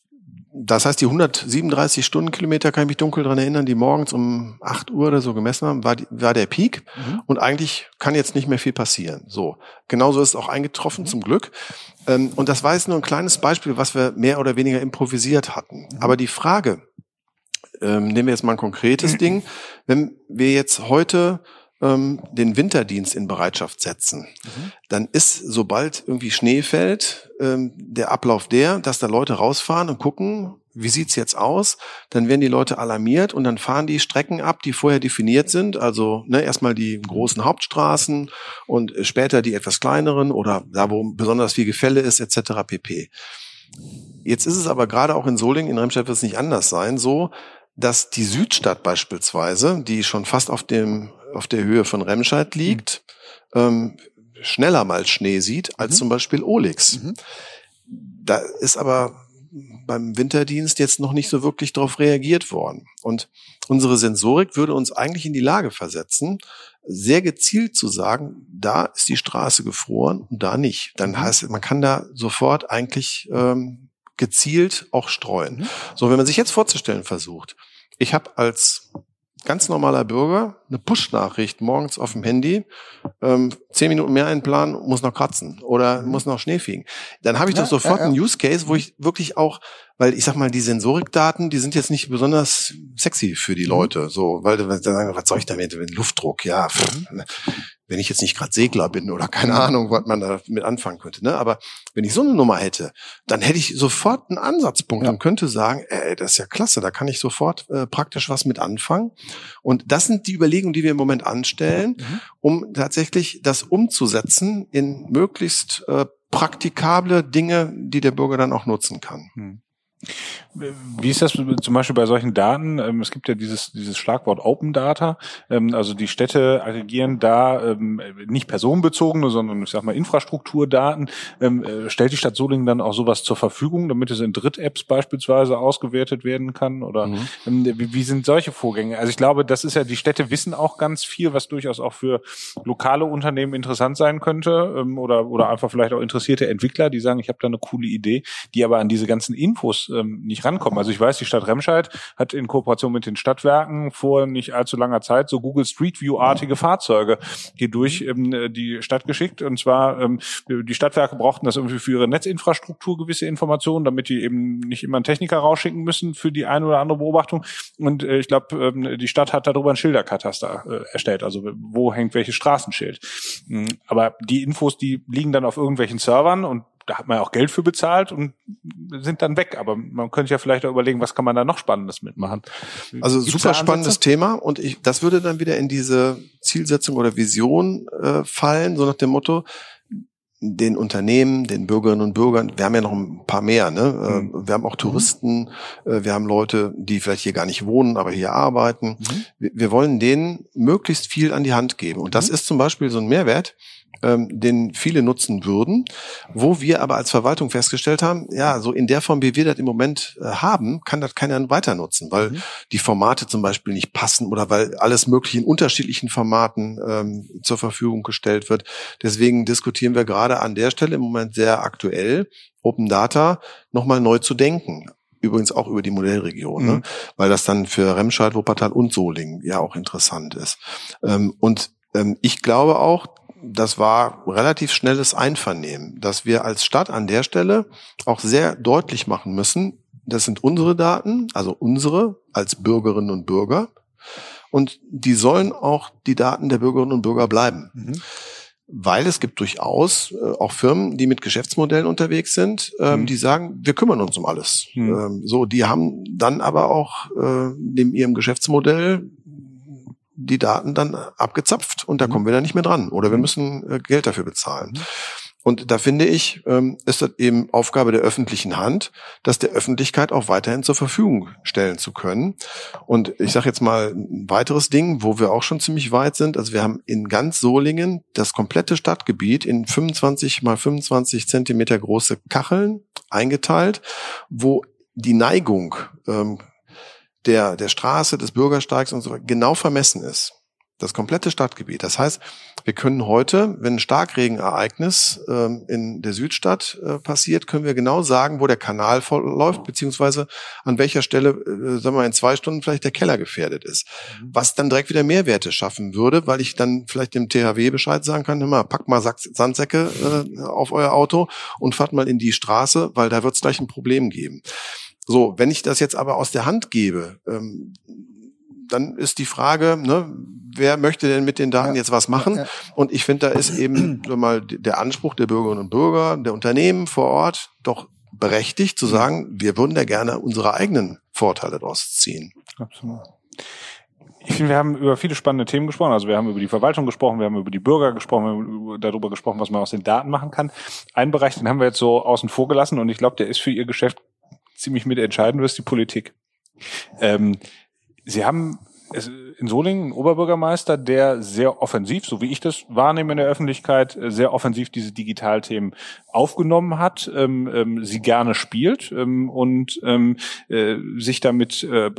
Das heißt, die hundertsiebenunddreißig Stundenkilometer, kann ich mich dunkel dran erinnern, die morgens um acht Uhr oder so gemessen haben, war, die, war der Peak. Mhm. Und eigentlich kann jetzt nicht mehr viel passieren. So, genauso ist es auch eingetroffen, mhm. zum Glück. Ähm, und das war jetzt nur ein kleines Beispiel, was wir mehr oder weniger improvisiert hatten. Mhm. Aber die Frage, ähm, nehmen wir jetzt mal ein konkretes mhm. Ding, wenn wir jetzt heute ähm, den Winterdienst in Bereitschaft setzen, mhm. dann ist, sobald irgendwie Schnee fällt, ähm, der Ablauf der, dass da Leute rausfahren und gucken, wie sieht's jetzt aus? Dann werden die Leute alarmiert und dann fahren die Strecken ab, die vorher definiert sind. Also ne, erstmal die großen Hauptstraßen und später die etwas kleineren oder da, wo besonders viel Gefälle ist, et cetera pp. Jetzt ist es aber gerade auch in Solingen, in Remscheid wird es nicht anders sein, so, dass die Südstadt beispielsweise, die schon fast auf dem auf der Höhe von Remscheid liegt, mhm. ähm, schneller mal Schnee sieht als mhm. zum Beispiel Ohlix. Mhm. Da ist aber beim Winterdienst jetzt noch nicht so wirklich darauf reagiert worden. Und unsere Sensorik würde uns eigentlich in die Lage versetzen, sehr gezielt zu sagen, da ist die Straße gefroren und da nicht. Dann heißt es, man kann da sofort eigentlich ähm, gezielt auch streuen. Mhm. So, wenn man sich jetzt vorzustellen versucht, ich habe als ganz normaler Bürger eine Push-Nachricht morgens auf dem Handy, ähm, zehn Minuten mehr einplanen, muss noch kratzen oder muss noch Schnee fegen. Dann habe ich ja, doch sofort ja, ja. einen Use Case, wo ich wirklich auch, weil ich sag mal, die Sensorikdaten, die sind jetzt nicht besonders sexy für die Leute, so, weil dann sagen, was soll ich damit, wenn Luftdruck, ja, pff, wenn ich jetzt nicht gerade Segler bin oder keine Ahnung, was man da mit anfangen könnte, ne? Aber wenn ich so eine Nummer hätte, dann hätte ich sofort einen Ansatzpunkt ja. und könnte sagen, ey, das ist ja klasse, da kann ich sofort äh, praktisch was mit anfangen. Und das sind die Überlegungen, die wir im Moment anstellen, mhm. um tatsächlich das umzusetzen in möglichst äh, praktikable Dinge, die der Bürger dann auch nutzen kann. Mhm. Wie ist das zum Beispiel bei solchen Daten? Es gibt ja dieses dieses Schlagwort Open Data. Also die Städte aggregieren da nicht personenbezogene, sondern ich sag mal Infrastrukturdaten. Stellt die Stadt Solingen dann auch sowas zur Verfügung, damit es in Dritt-Apps beispielsweise ausgewertet werden kann? Oder mhm. wie sind solche Vorgänge? Also ich glaube, das ist ja, die Städte wissen auch ganz viel, was durchaus auch für lokale Unternehmen interessant sein könnte oder oder einfach vielleicht auch interessierte Entwickler, die sagen, ich habe da eine coole Idee, die aber an diese ganzen Infos nicht rankommen. Also ich weiß, die Stadt Remscheid hat in Kooperation mit den Stadtwerken vor nicht allzu langer Zeit so Google Street View-artige Fahrzeuge hier durch ähm, die Stadt geschickt. Und zwar, ähm, die Stadtwerke brauchten das irgendwie für ihre Netzinfrastruktur gewisse Informationen, damit die eben nicht immer einen Techniker rausschicken müssen für die eine oder andere Beobachtung. Und äh, ich glaube, ähm, die Stadt hat darüber ein Schilderkataster äh, erstellt, also wo hängt welches Straßenschild. Mhm. Aber die Infos, die liegen dann auf irgendwelchen Servern und da hat man ja auch Geld für bezahlt und sind dann weg. Aber man könnte ja vielleicht auch überlegen, was kann man da noch Spannendes mitmachen. Also Gibt's super spannendes Thema und ich, das würde dann wieder in diese Zielsetzung oder Vision äh, fallen, so nach dem Motto, den Unternehmen, den Bürgerinnen und Bürgern, wir haben ja noch ein paar mehr, ne? Mhm. Wir haben auch Touristen, mhm. wir haben Leute, die vielleicht hier gar nicht wohnen, aber hier arbeiten. Mhm. Wir, wir wollen denen möglichst viel an die Hand geben. Und das mhm. ist zum Beispiel so ein Mehrwert, ähm, den viele nutzen würden, wo wir aber als Verwaltung festgestellt haben, ja, so in der Form, wie wir das im Moment äh, haben, kann das keiner weiter nutzen, weil mhm. die Formate zum Beispiel nicht passen oder weil alles mögliche in unterschiedlichen Formaten ähm, zur Verfügung gestellt wird. Deswegen diskutieren wir gerade an der Stelle im Moment sehr aktuell, Open Data nochmal neu zu denken. Übrigens auch über die Modellregion, mhm. ne? Weil das dann für Remscheid, Wuppertal und Solingen ja auch interessant ist. Ähm, und ähm, ich glaube auch, das war relativ schnelles Einvernehmen, dass wir als Stadt an der Stelle auch sehr deutlich machen müssen, das sind unsere Daten, also unsere als Bürgerinnen und Bürger. Und die sollen auch die Daten der Bürgerinnen und Bürger bleiben. Mhm. Weil es gibt durchaus äh, auch Firmen, die mit Geschäftsmodellen unterwegs sind, ähm, mhm. die sagen, wir kümmern uns um alles. Mhm. Ähm, so, die haben dann aber auch äh, neben ihrem Geschäftsmodell die Daten dann abgezapft und da mhm. kommen wir dann nicht mehr dran. Oder wir müssen äh, Geld dafür bezahlen. Mhm. Und da finde ich, ähm, ist das eben Aufgabe der öffentlichen Hand, das der Öffentlichkeit auch weiterhin zur Verfügung stellen zu können. Und ich sage jetzt mal ein weiteres Ding, wo wir auch schon ziemlich weit sind. Also wir haben in ganz Solingen das komplette Stadtgebiet in fünfundzwanzig mal fünfundzwanzig Zentimeter große Kacheln eingeteilt, wo die Neigung ähm, der der Straße, des Bürgersteigs und so weiter genau vermessen ist. das komplette Stadtgebiet. Das heißt, wir können heute, wenn ein Starkregenereignis ähm, in der Südstadt äh, passiert, können wir genau sagen, wo der Kanal läuft, beziehungsweise an welcher Stelle, äh, sagen wir mal, in zwei Stunden vielleicht der Keller gefährdet ist. Was dann direkt wieder Mehrwerte schaffen würde, weil ich dann vielleicht dem T H W Bescheid sagen kann, hör mal, packt mal Sandsäcke äh, auf euer Auto und fahrt mal in die Straße, weil da wird es gleich ein Problem geben. So, wenn ich das jetzt aber aus der Hand gebe, ähm, dann ist die Frage, ne, wer möchte denn mit den Daten ja. jetzt was machen? Ja, ja. Und ich finde, da ist eben so mal der Anspruch der Bürgerinnen und Bürger, der Unternehmen vor Ort doch berechtigt zu sagen, wir würden da gerne unsere eigenen Vorteile daraus ziehen. Absolut. Ich finde, wir haben über viele spannende Themen gesprochen. Also wir haben über die Verwaltung gesprochen, wir haben über die Bürger gesprochen, wir haben darüber gesprochen, was man aus den Daten machen kann. Einen Bereich, den haben wir jetzt so außen vor gelassen und ich glaube, der ist für Ihr Geschäft ziemlich mitentscheidend, das ist die Politik. Ähm, Sie haben in Solingen einen Oberbürgermeister, der sehr offensiv, so wie ich das wahrnehme in der Öffentlichkeit, sehr offensiv diese Digitalthemen aufgenommen hat, ähm, ähm, sie gerne spielt ähm, und ähm, äh, sich damit äh,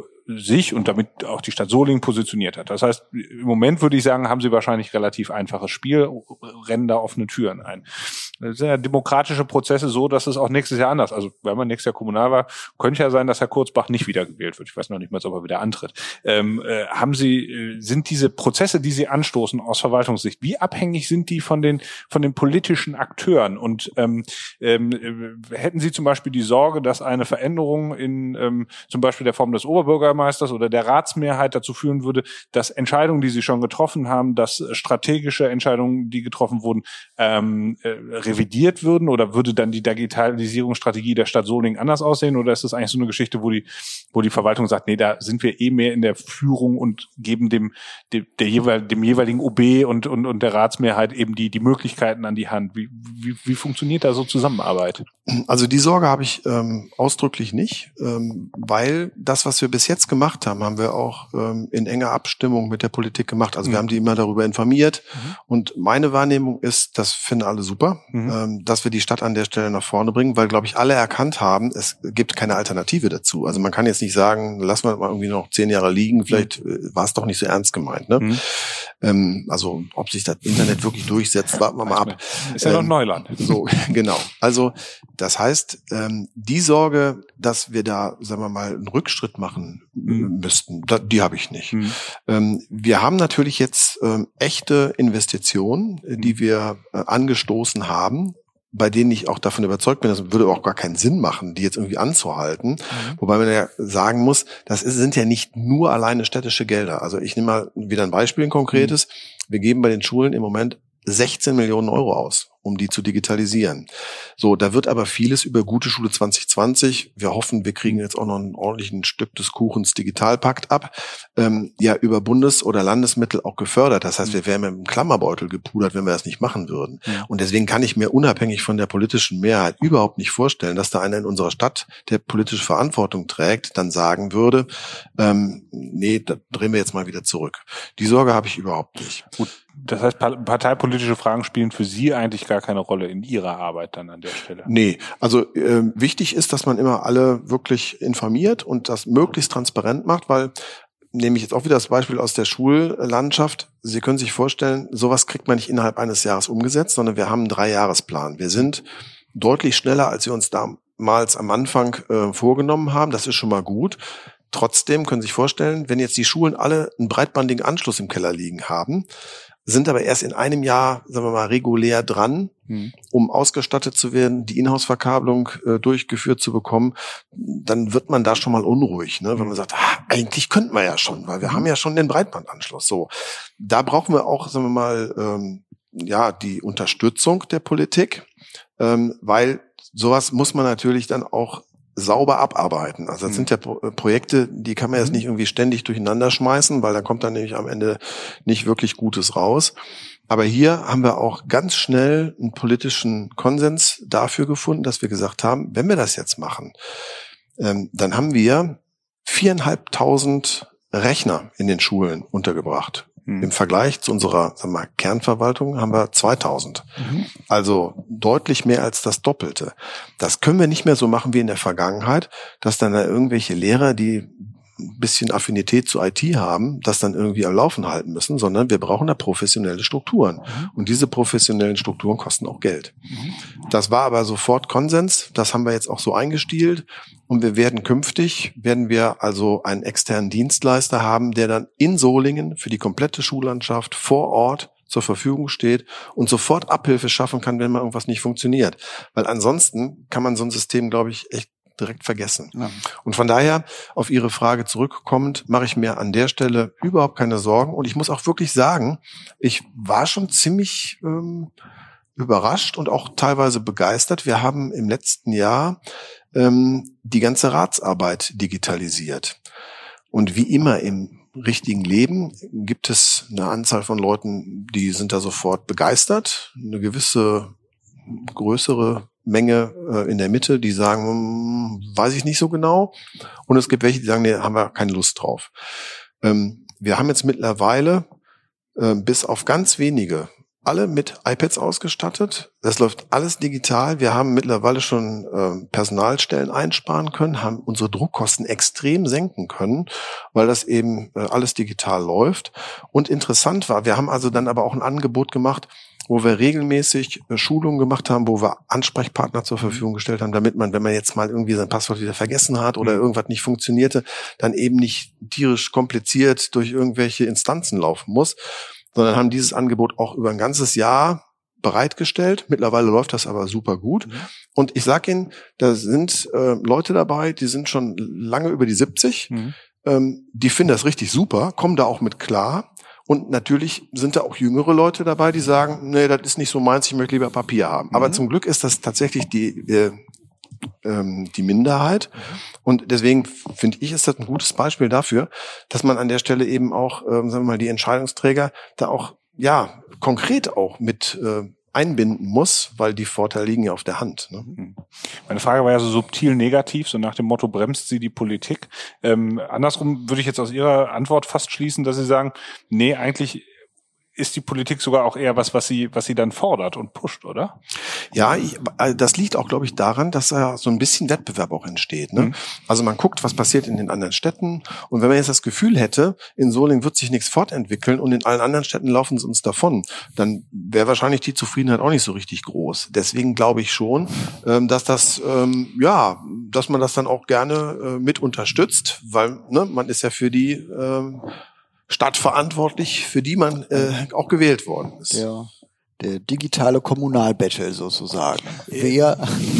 sich und damit auch die Stadt Solingen positioniert hat. Das heißt, im Moment würde ich sagen, haben sie wahrscheinlich relativ einfaches Spiel, rennen da offene Türen ein. Das sind ja demokratische Prozesse so, dass es auch nächstes Jahr anders, also wenn man nächstes Jahr Kommunalwahl, könnte ja sein, dass Herr Kurzbach nicht wiedergewählt wird. Ich weiß noch nicht mal, ob er wieder antritt. Ähm, äh, haben Sie, äh, sind diese Prozesse, die Sie anstoßen aus Verwaltungssicht, wie abhängig sind die von den von den politischen Akteuren? Und ähm, ähm, hätten Sie zum Beispiel die Sorge, dass eine Veränderung in ähm, zum Beispiel der Form des Oberbürgermeisters oder der Ratsmehrheit dazu führen würde, dass Entscheidungen, die Sie schon getroffen haben, dass strategische Entscheidungen, die getroffen wurden, ähm, äh, revidiert würden, oder würde dann die Digitalisierungsstrategie der Stadt Solingen anders aussehen, oder ist das eigentlich so eine Geschichte, wo die wo die Verwaltung sagt, nee, da sind wir eh mehr in der Führung und geben dem dem, der jeweil, dem jeweiligen O B und und und der Ratsmehrheit eben die die Möglichkeiten an die Hand. Wie wie, wie funktioniert da so Zusammenarbeit? Also die Sorge habe ich ähm, ausdrücklich nicht, ähm, weil das, was wir bis jetzt gemacht haben, haben wir auch ähm, in enger Abstimmung mit der Politik gemacht. Also mhm. wir haben die immer darüber informiert mhm. und meine Wahrnehmung ist, das finden alle super, mhm. ähm, dass wir die Stadt an der Stelle nach vorne bringen, weil, glaube ich, alle erkannt haben, es gibt keine Alternative dazu. Also man kann jetzt nicht sagen, lassen wir mal irgendwie noch zehn Jahre liegen, vielleicht mhm. war es doch nicht so ernst gemeint. Ne? Mhm. Ähm, also ob sich das Internet wirklich durchsetzt, warten wir mal ab. Ist ja ähm, noch Neuland. So, genau. Also das heißt, ähm, die Sorge, dass wir da, sagen wir mal, einen Rückschritt machen mhm. müssten, da, die habe ich nicht. Mhm. Ähm, wir haben natürlich jetzt ähm, echte Investitionen, die wir äh, angestoßen haben, bei denen ich auch davon überzeugt bin, das würde auch gar keinen Sinn machen, die jetzt irgendwie anzuhalten. Mhm. Wobei man ja sagen muss, das ist, sind ja nicht nur alleine städtische Gelder. Also ich nehme mal wieder ein Beispiel, ein konkretes. Mhm. Wir geben bei den Schulen im Moment sechzehn Millionen Euro aus, um die zu digitalisieren. So, da wird aber vieles über Gute Schule zwanzig zwanzig, wir hoffen, wir kriegen jetzt auch noch ein ordentliches Stück des Kuchens Digitalpakt ab, ähm, ja über Bundes- oder Landesmittel auch gefördert. Das heißt, wir wären mit einem Klammerbeutel gepudert, wenn wir das nicht machen würden. Ja. Und deswegen kann ich mir unabhängig von der politischen Mehrheit überhaupt nicht vorstellen, dass da einer in unserer Stadt, der politische Verantwortung trägt, dann sagen würde, ähm, nee, da drehen wir jetzt mal wieder zurück. Die Sorge habe ich überhaupt nicht. Gut. Das heißt, parteipolitische Fragen spielen für Sie eigentlich gar keine Rolle in Ihrer Arbeit dann an der Stelle? Nee, also äh, wichtig ist, dass man immer alle wirklich informiert und das möglichst transparent macht, weil, nehme ich jetzt auch wieder das Beispiel aus der Schullandschaft, Sie können sich vorstellen, sowas kriegt man nicht innerhalb eines Jahres umgesetzt, sondern wir haben einen Dreijahresplan. Wir sind deutlich schneller, als wir uns damals am Anfang äh, vorgenommen haben. Das ist schon mal gut. Trotzdem können Sie sich vorstellen, wenn jetzt die Schulen alle einen breitbandigen Anschluss im Keller liegen haben, sind aber erst in einem Jahr, sagen wir mal, regulär dran, hm. um ausgestattet zu werden, die Inhouse-Verkabelung äh, durchgeführt zu bekommen, dann wird man da schon mal unruhig, ne? Wenn man sagt, ah, eigentlich könnten wir ja schon, weil wir hm. haben ja schon den Breitbandanschluss. So, da brauchen wir auch, sagen wir mal, ähm, ja, die Unterstützung der Politik, ähm, weil sowas muss man natürlich dann auch sauber abarbeiten. Also das mhm. sind ja Pro- Projekte, die kann man jetzt nicht irgendwie ständig durcheinander schmeißen, weil da kommt dann nämlich am Ende nicht wirklich Gutes raus. Aber hier haben wir auch ganz schnell einen politischen Konsens dafür gefunden, dass wir gesagt haben, wenn wir das jetzt machen, ähm, dann haben wir viereinhalbtausend Rechner in den Schulen untergebracht. Mhm. Im Vergleich zu unserer, sagen wir mal, Kernverwaltung haben wir zweitausend. Mhm. Also deutlich mehr als das Doppelte. Das können wir nicht mehr so machen wie in der Vergangenheit, dass dann da irgendwelche Lehrer, die ein bisschen Affinität zu I T haben, das dann irgendwie am Laufen halten müssen, sondern wir brauchen da professionelle Strukturen. Mhm. Und diese professionellen Strukturen kosten auch Geld. Mhm. Das war aber sofort Konsens. Das haben wir jetzt auch so eingestielt. Und wir werden künftig, werden wir also einen externen Dienstleister haben, der dann in Solingen für die komplette Schullandschaft vor Ort zur Verfügung steht und sofort Abhilfe schaffen kann, wenn mal irgendwas nicht funktioniert. Weil ansonsten kann man so ein System, glaube ich, echt direkt vergessen. Ja. Und von daher, auf Ihre Frage zurückkommend, mache ich mir an der Stelle überhaupt keine Sorgen. Und ich muss auch wirklich sagen, ich war schon ziemlich ähm, überrascht und auch teilweise begeistert. Wir haben im letzten Jahr ähm, die ganze Ratsarbeit digitalisiert. Und wie immer im richtigen Leben gibt es eine Anzahl von Leuten, die sind da sofort begeistert. Eine gewisse größere Menge äh, in der Mitte, die sagen, hm, weiß ich nicht so genau. Und es gibt welche, die sagen, nee, haben wir keine Lust drauf. Ähm, wir haben jetzt mittlerweile äh, bis auf ganz wenige alle mit iPads ausgestattet. Das läuft alles digital. Wir haben mittlerweile schon äh, Personalstellen einsparen können, haben unsere Druckkosten extrem senken können, weil das eben äh, alles digital läuft. Und interessant war, wir haben also dann aber auch ein Angebot gemacht, wo wir regelmäßig äh, Schulungen gemacht haben, wo wir Ansprechpartner zur Verfügung gestellt haben, damit man, wenn man jetzt mal irgendwie sein Passwort wieder vergessen hat oder irgendwas nicht funktionierte, dann eben nicht tierisch kompliziert durch irgendwelche Instanzen laufen muss, sondern haben dieses Angebot auch über ein ganzes Jahr bereitgestellt. Mittlerweile läuft das aber super gut. Mhm. Und ich sage Ihnen, da sind äh, Leute dabei, die sind schon lange über die siebzig. Mhm. Ähm, die finden das richtig super, kommen da auch mit klar. Und natürlich sind da auch jüngere Leute dabei, die sagen, nee, das ist nicht so meins, ich möchte lieber Papier haben. Mhm. Aber zum Glück ist das tatsächlich die äh, ähm, die Minderheit. Mhm. Und deswegen finde ich, ist das ein gutes Beispiel dafür, dass man an der Stelle eben auch, ähm, sagen wir mal, die Entscheidungsträger da auch, ja, konkret auch mit äh, einbinden muss, weil die Vorteile liegen ja auf der Hand. Ne? Meine Frage war ja so subtil negativ, so nach dem Motto, bremst sie die Politik? Ähm, andersrum würde ich jetzt aus Ihrer Antwort fast schließen, dass Sie sagen, nee, eigentlich ist die Politik sogar auch eher was, was sie, was sie dann fordert und pusht, oder? Ja, ich, das liegt auch, glaube ich, daran, dass da so ein bisschen Wettbewerb auch entsteht. Ne? Mhm. Also man guckt, was passiert in den anderen Städten. Und wenn man jetzt das Gefühl hätte, in Solingen wird sich nichts fortentwickeln und in allen anderen Städten laufen sie uns davon, dann wäre wahrscheinlich die Zufriedenheit auch nicht so richtig groß. Deswegen glaube ich schon, dass das, ja, dass man das dann auch gerne mit unterstützt, weil ne, man ist ja für die Stadt verantwortlich, für die man äh, auch gewählt worden ist. Ja, der digitale Kommunalbattle sozusagen. Wer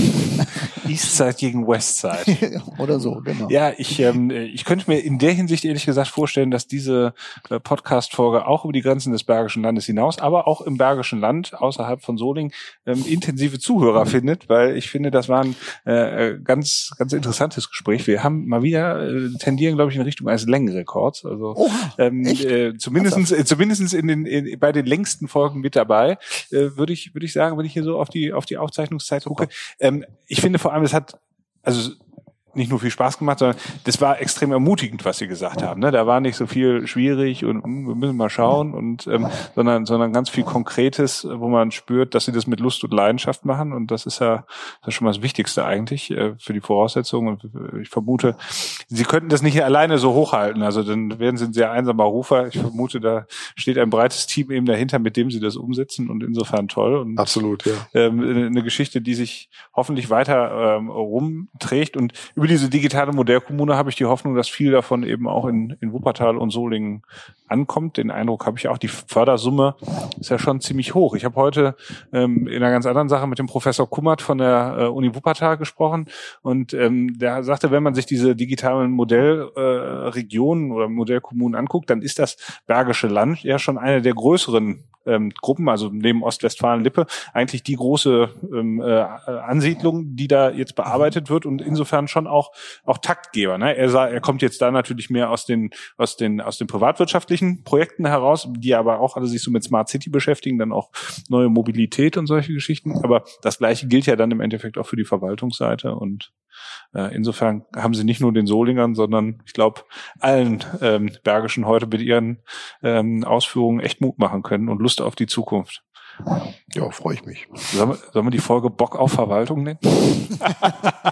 Eastside gegen Westside. Oder so, genau. Ja, ich ähm, ich könnte mir in der Hinsicht ehrlich gesagt vorstellen, dass diese äh, Podcast-Folge auch über die Grenzen des Bergischen Landes hinaus, aber auch im Bergischen Land, außerhalb von Solingen, ähm, intensive Zuhörer findet, weil ich finde, das war ein äh, ganz ganz interessantes Gespräch. Wir haben mal wieder äh, tendieren, glaube ich, in Richtung eines Längenrekords. Also oh, ähm, äh, zumindestens äh, zumindestens in den in, bei den längsten Folgen mit dabei, äh, würde ich würde ich sagen, wenn ich hier so auf die auf die Aufzeichnungszeit gucke. Ähm, ich finde vor allem, es hat also nicht nur viel Spaß gemacht, sondern das war extrem ermutigend, was Sie gesagt haben. Ne? Da war nicht so viel schwierig und hm, wir müssen mal schauen, und ähm, sondern sondern ganz viel Konkretes, wo man spürt, dass Sie das mit Lust und Leidenschaft machen, und das ist ja das ist schon mal das Wichtigste eigentlich äh, für die Voraussetzungen. Und ich vermute, Sie könnten das nicht alleine so hochhalten. Also dann werden Sie ein sehr einsamer Rufer. Ich vermute, da steht ein breites Team eben dahinter, mit dem Sie das umsetzen, und insofern toll. Und absolut, ja. Ähm, eine Geschichte, die sich hoffentlich weiter ähm, rumträgt. Und über diese digitale Modellkommune habe ich die Hoffnung, dass viel davon eben auch in, in Wuppertal und Solingen ankommt. Den Eindruck habe ich auch, die Fördersumme ist ja schon ziemlich hoch. Ich habe heute ähm, in einer ganz anderen Sache mit dem Professor Kummert von der äh, Uni Wuppertal gesprochen, und ähm, der sagte, wenn man sich diese digitalen Modellregionen äh, oder Modellkommunen anguckt, dann ist das Bergische Land ja schon eine der größeren Ähm, Gruppen, also neben Ostwestfalen-Lippe, eigentlich die große ähm, äh, Ansiedlung, die da jetzt bearbeitet wird, und insofern schon auch auch Taktgeber. Ne? Er sah, er kommt jetzt da natürlich mehr aus den aus den aus den privatwirtschaftlichen Projekten heraus, die aber auch alle sich so mit Smart City beschäftigen, dann auch neue Mobilität und solche Geschichten. Aber das Gleiche gilt ja dann im Endeffekt auch für die Verwaltungsseite, und äh, insofern haben sie nicht nur den Solingern, sondern ich glaube allen ähm, Bergischen heute mit ihren ähm, Ausführungen echt Mut machen können und Lust auf die Zukunft. Ja, freue ich mich. Sollen wir, sollen wir die Folge Bock auf Verwaltung nennen?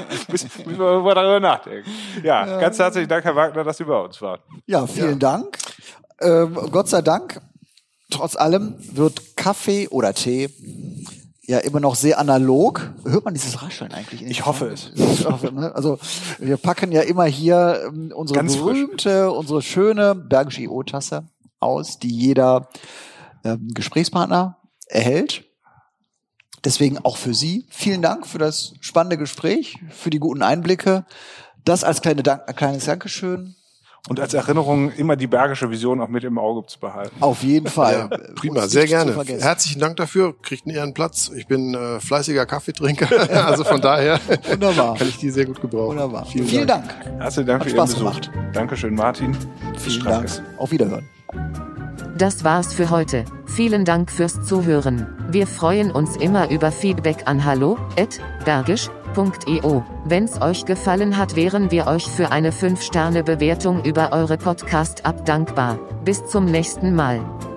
müssen wir mal darüber nachdenken. Ja, Ja. ganz herzlichen Dank, Herr Wagner, dass Sie bei uns waren. Ja, vielen Dank. Ähm, Gott sei Dank, trotz allem wird Kaffee oder Tee ja immer noch sehr analog. Hört man dieses Rascheln eigentlich? Ich hoffe es. Ich hoffe, ne? Also wir packen ja immer hier ähm, unsere Ganz berühmte, unsere schöne Bergische I O-Tasse aus, die jeder ähm, Gesprächspartner erhält. Deswegen auch für Sie vielen Dank für das spannende Gespräch, für die guten Einblicke. Das als kleine Dank, kleines Dankeschön. Und als Erinnerung immer die Bergische Vision auch mit im Auge zu behalten. Auf jeden Fall. Ja, prima, Uns sehr nicht zu gerne. vergessen. Herzlichen Dank dafür. Kriegt einen Ehrenplatz. Ich bin äh, fleißiger Kaffeetrinker, also von daher Wunderbar. kann ich die sehr gut gebrauchen. Wunderbar. Vielen, Vielen Dank. Dank. Herzlichen Dank Hat für Ihren Spaß Besuch. gemacht. Dankeschön, Martin. Bis Vielen Strackes. Dank. Auf Wiederhören. Das war's für heute. Vielen Dank fürs Zuhören. Wir freuen uns immer über Feedback an hallo at bergisch punkt e o. Wenn's euch gefallen hat, wären wir euch für eine fünf Sterne Bewertung über eure Podcast-App dankbar. Bis zum nächsten Mal.